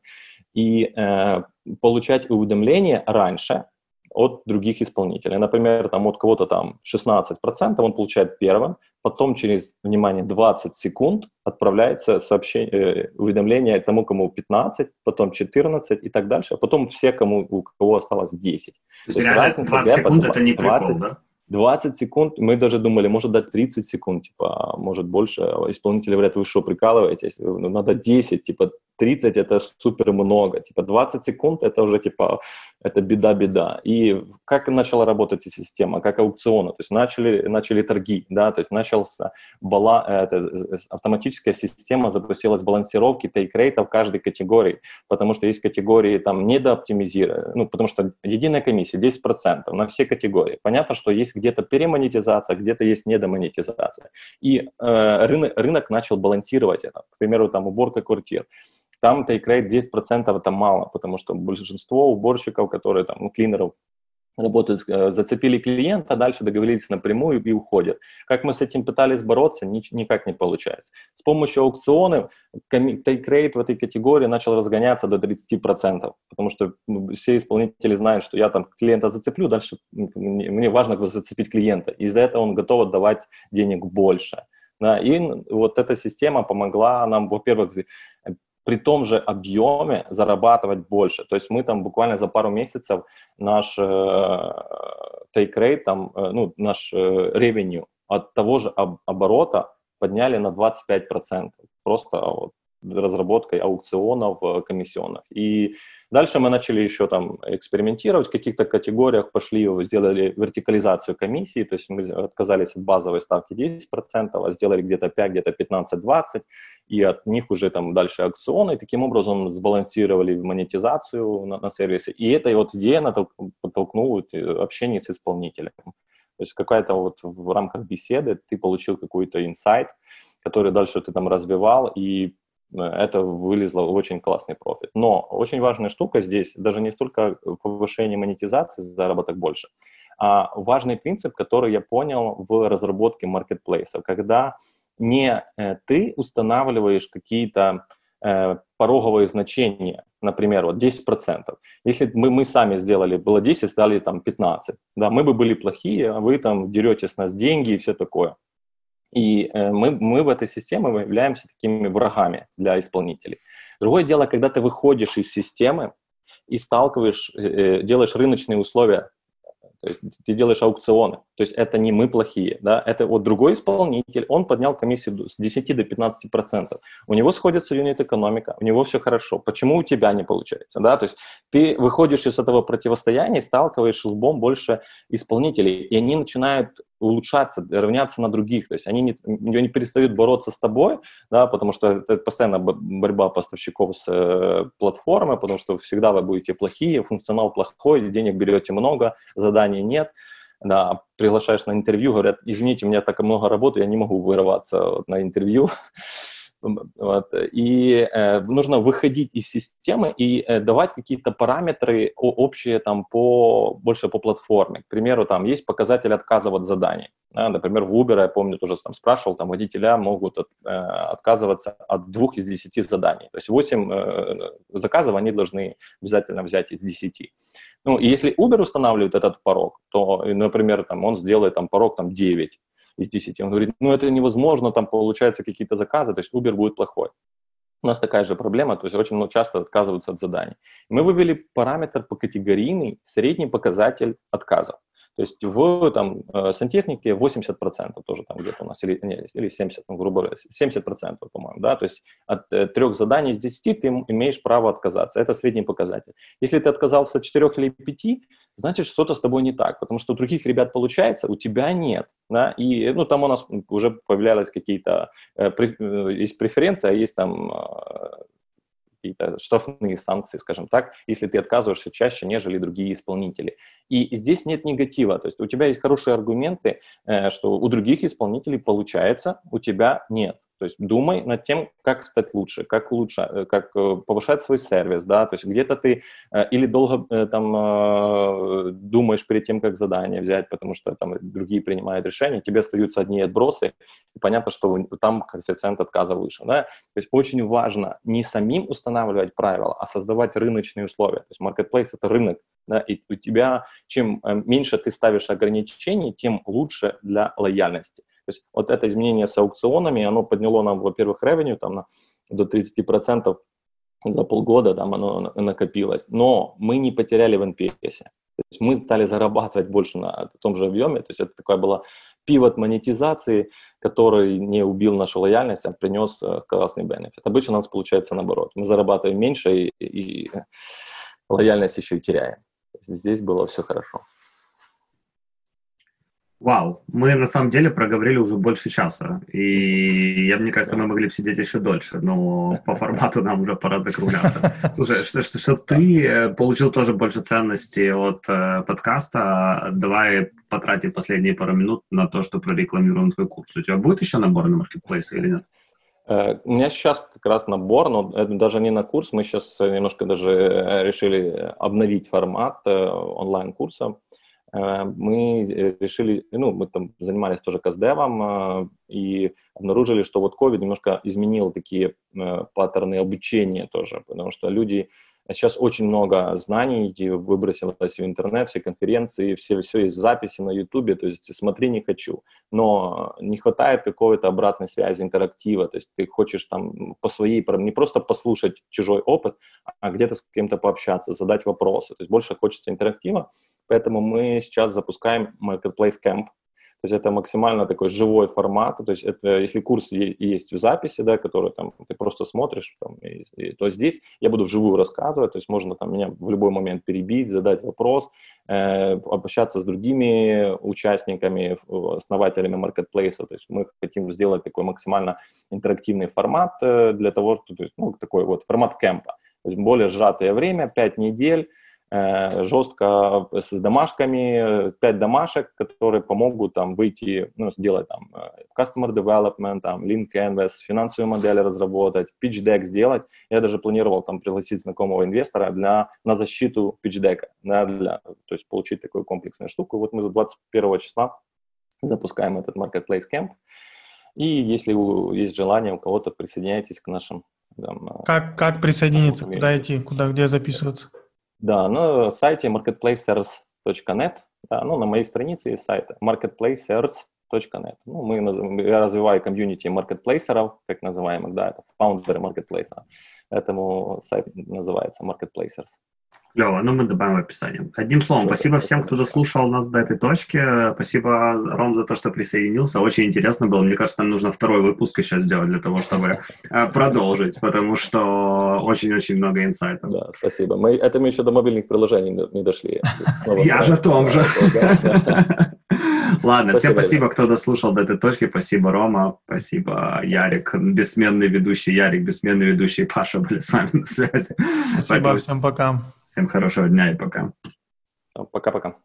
и э, получать уведомления раньше от других исполнителей. Например, там от кого-то там шестнадцать процентов он получает первым, потом через, внимание, двадцать секунд отправляется сообщение, уведомление тому, кому пятнадцать, потом четырнадцать и так дальше, а потом все, кому, у кого осталось десять. То есть, То есть реально двадцать секунд это не прикол, двадцать, да? двадцать секунд, мы даже думали, может дать тридцать секунд, типа, может больше. Исполнители говорят, вы что, прикалываетесь? Ну, надо десять, типа, тридцать это супер много, типа, двадцать секунд это уже, типа, это беда-беда. И как начала работать эта система, как аукционы, то есть начали, начали торги, да, то есть начался бала, это, автоматическая система запустилась балансировки тейк-рейтов каждой категории, потому что есть категории там недооптимизированы, ну, потому что единая комиссия десять процентов на все категории. Понятно, что есть где-то перемонетизация, где-то есть недомонетизация. И э, рынок, рынок начал балансировать это. К примеру, там уборка квартир. Там take rate десять процентов это мало, потому что большинство уборщиков, которые там, ну, клинеров, работают, зацепили клиента, дальше договорились напрямую и уходят. Как мы с этим пытались бороться, никак не получается. С помощью аукционов take rate в этой категории начал разгоняться до тридцать процентов, потому что все исполнители знают, что я там клиента зацеплю, дальше мне важно зацепить клиента. Из-за этого он готов отдавать денег больше. Да, и вот эта система помогла нам, во-первых, при том же объеме зарабатывать больше. То есть мы там буквально за пару месяцев наш э, take rate, там, э, ну, наш э, revenue от того же об, оборота подняли на двадцать пять процентов. Просто вот, разработкой аукционов, комиссионных. И дальше мы начали еще там экспериментировать в каких-то категориях, пошли, сделали вертикализацию комиссии, то есть мы отказались от базовой ставки десять процентов, а сделали где-то пять, где-то пятнадцать-двадцать, и от них уже там дальше аукционы, и таким образом сбалансировали монетизацию на, на сервисе. И эта вот идея подтолкнула общение с исполнителем. То есть какая-то вот в рамках беседы ты получил какой-то инсайт, который дальше ты там развивал, и это вылезло в очень классный профит. Но очень важная штука здесь даже не столько повышение монетизации, заработок больше, а важный принцип, который я понял в разработке маркетплейсов, когда не ты устанавливаешь какие-то э, пороговые значения, например, вот десять процентов. Если мы, мы сами сделали, было десять, стали там пятнадцать, да, мы бы были плохие, а вы там дерете с нас деньги и все такое. И э, мы, мы в этой системе мы являемся такими врагами для исполнителей. Другое дело, когда ты выходишь из системы и сталкиваешь, э, делаешь рыночные условия, то есть ты делаешь аукционы. То есть это не мы плохие, да, это вот другой исполнитель, он поднял комиссию с десяти до пятнадцати процентов. У него сходится юнит-экономика, у него все хорошо. Почему у тебя не получается, да? То есть ты выходишь из этого противостояния и сталкиваешь лбом больше исполнителей, и они начинают улучшаться, равняться на других. То есть они не, не перестают бороться с тобой, да, потому что это постоянно борьба поставщиков с э, платформой, потому что всегда вы будете плохие, функционал плохой, денег берете много, заданий нет. Да, приглашаешь на интервью, говорят, извините, у меня так много работы, я не могу вырываться на интервью. Вот. И э, нужно выходить из системы и э, давать какие-то параметры о, общие там, по, больше по платформе. К примеру, там есть показатель отказа от заданий. Да, например, в Uber, я помню, тоже там спрашивал, там водителя могут от, э, отказываться от двух из десяти заданий. То есть восемь э, заказов они должны обязательно взять из десяти. Ну, и если Uber устанавливает этот порог, то, например, там, он сделает там, порог там, девять из десяти. Он говорит, ну, это невозможно, там получаются какие-то заказы, то есть Uber будет плохой. У нас такая же проблема, то есть очень много часто отказываются от заданий. Мы вывели параметр по категорийный средний показатель отказов. То есть в там, сантехнике восемьдесят процентов тоже там где-то у нас, или, не, или семьдесят, ну, грубо говоря, семьдесят процентов, по-моему, да, то есть от э, трех заданий из десяти ты имеешь право отказаться, это средний показатель. Если ты отказался от четырех или пяти, значит, что-то с тобой не так, потому что у других ребят получается, у тебя нет, да, и, ну, там у нас уже появлялись какие-то, э, при, э, есть преференции, а есть там э, какие-то штрафные санкции, скажем так, если ты отказываешься чаще, нежели другие исполнители. И здесь нет негатива, то есть у тебя есть хорошие аргументы, э, что у других исполнителей получается, у тебя нет. То есть думай над тем, как стать лучше, как, улучшать, как повышать свой сервис, да, то есть где-то ты э, или долго э, там э, думаешь перед тем, как задание взять, потому что там другие принимают решения, тебе остаются одни отбросы, и понятно, что там коэффициент отказа выше, да. То есть очень важно не самим устанавливать правила, а создавать рыночные условия. То есть marketplace — это рынок, да, и у тебя чем меньше ты ставишь ограничений, тем лучше для лояльности. То есть вот это изменение с аукционами, оно подняло нам, во-первых, revenue там, на, до тридцати процентов за полгода, там оно накопилось, но мы не потеряли в эн пи эс. То есть мы стали зарабатывать больше на том же объеме, то есть это такая была пивот монетизации, который не убил нашу лояльность, а принес классный бенефит. Обычно у нас получается наоборот. Мы зарабатываем меньше и, и лояльность еще и теряем. Здесь было все хорошо. Вау, мы на самом деле проговорили уже больше часа, и я, мне кажется, мы могли бы сидеть еще дольше, но по формату нам уже пора закругляться. Слушай, что, что, что ты получил тоже больше ценности от э, подкаста, давай потратим последние пару минут на то, что прорекламируем твой курс. У тебя будет еще набор на маркетплейсы или нет? У меня сейчас как раз набор, но это даже не на курс, мы сейчас немножко даже решили обновить формат онлайн-курса. мы решили, ну, мы там занимались тоже каздевом и обнаружили, что вот ковид немножко изменил такие паттерны обучения тоже, потому что люди... Сейчас очень много знаний выбросилось в интернет, все конференции, все, все есть записи на Ютубе, то есть смотри не хочу. Но не хватает какой-то обратной связи, интерактива, то есть ты хочешь там по своей, не просто послушать чужой опыт, а где-то с кем-то пообщаться, задать вопросы. То есть больше хочется интерактива, поэтому мы сейчас запускаем Marketplace Camp. То есть это максимально такой живой формат, то есть это если курс есть в записи, да, который там ты просто смотришь, там, и, и, то здесь я буду вживую рассказывать, то есть можно там меня в любой момент перебить, задать вопрос, э, общаться с другими участниками, основателями маркетплейса, то есть мы хотим сделать такой максимально интерактивный формат э, для того, что, то есть, ну, такой вот формат кемпа, то есть более сжатое время, пять недель, жестко с домашками, пять домашек, которые помогут там выйти, ну, сделать там customer development, там, lean canvas, финансовую модель разработать, pitch deck сделать. Я даже планировал там пригласить знакомого инвестора для, на защиту pitch deck, да, для, то есть получить такую комплексную штуку. Вот мы за двадцать первого числа запускаем этот Marketplace Camp. И если есть желание у кого-то, присоединяйтесь к нашим. Там, как, как присоединиться, куда идти, куда, где записываться? Да, на сайте marketplacers точка нет, да, ну, на моей странице есть сайт marketplacers точка нет. Ну, мы, я развиваю комьюнити маркетплейсеров, как называемых, да, это фаундеры маркетплейса, поэтому сайт называется Marketplacers. Лёва, ну мы добавим в описании. Одним словом, спасибо всем, кто дослушал нас до этой точки. Спасибо, Ром, за то, что присоединился. Очень интересно было. Мне кажется, нам нужно второй выпуск еще сделать для того, чтобы продолжить, потому что очень-очень много инсайтов. Да, спасибо. Мы, это мы еще до мобильных приложений не дошли. Я же о том же. Ладно, всем спасибо, кто дослушал до этой точки. Спасибо, Рома. Спасибо, Ярик, бессменный ведущий. Ярик, бессменный ведущий. Паша были с вами на связи. Спасибо, всем пока. Всем хорошего дня и пока. Пока-пока.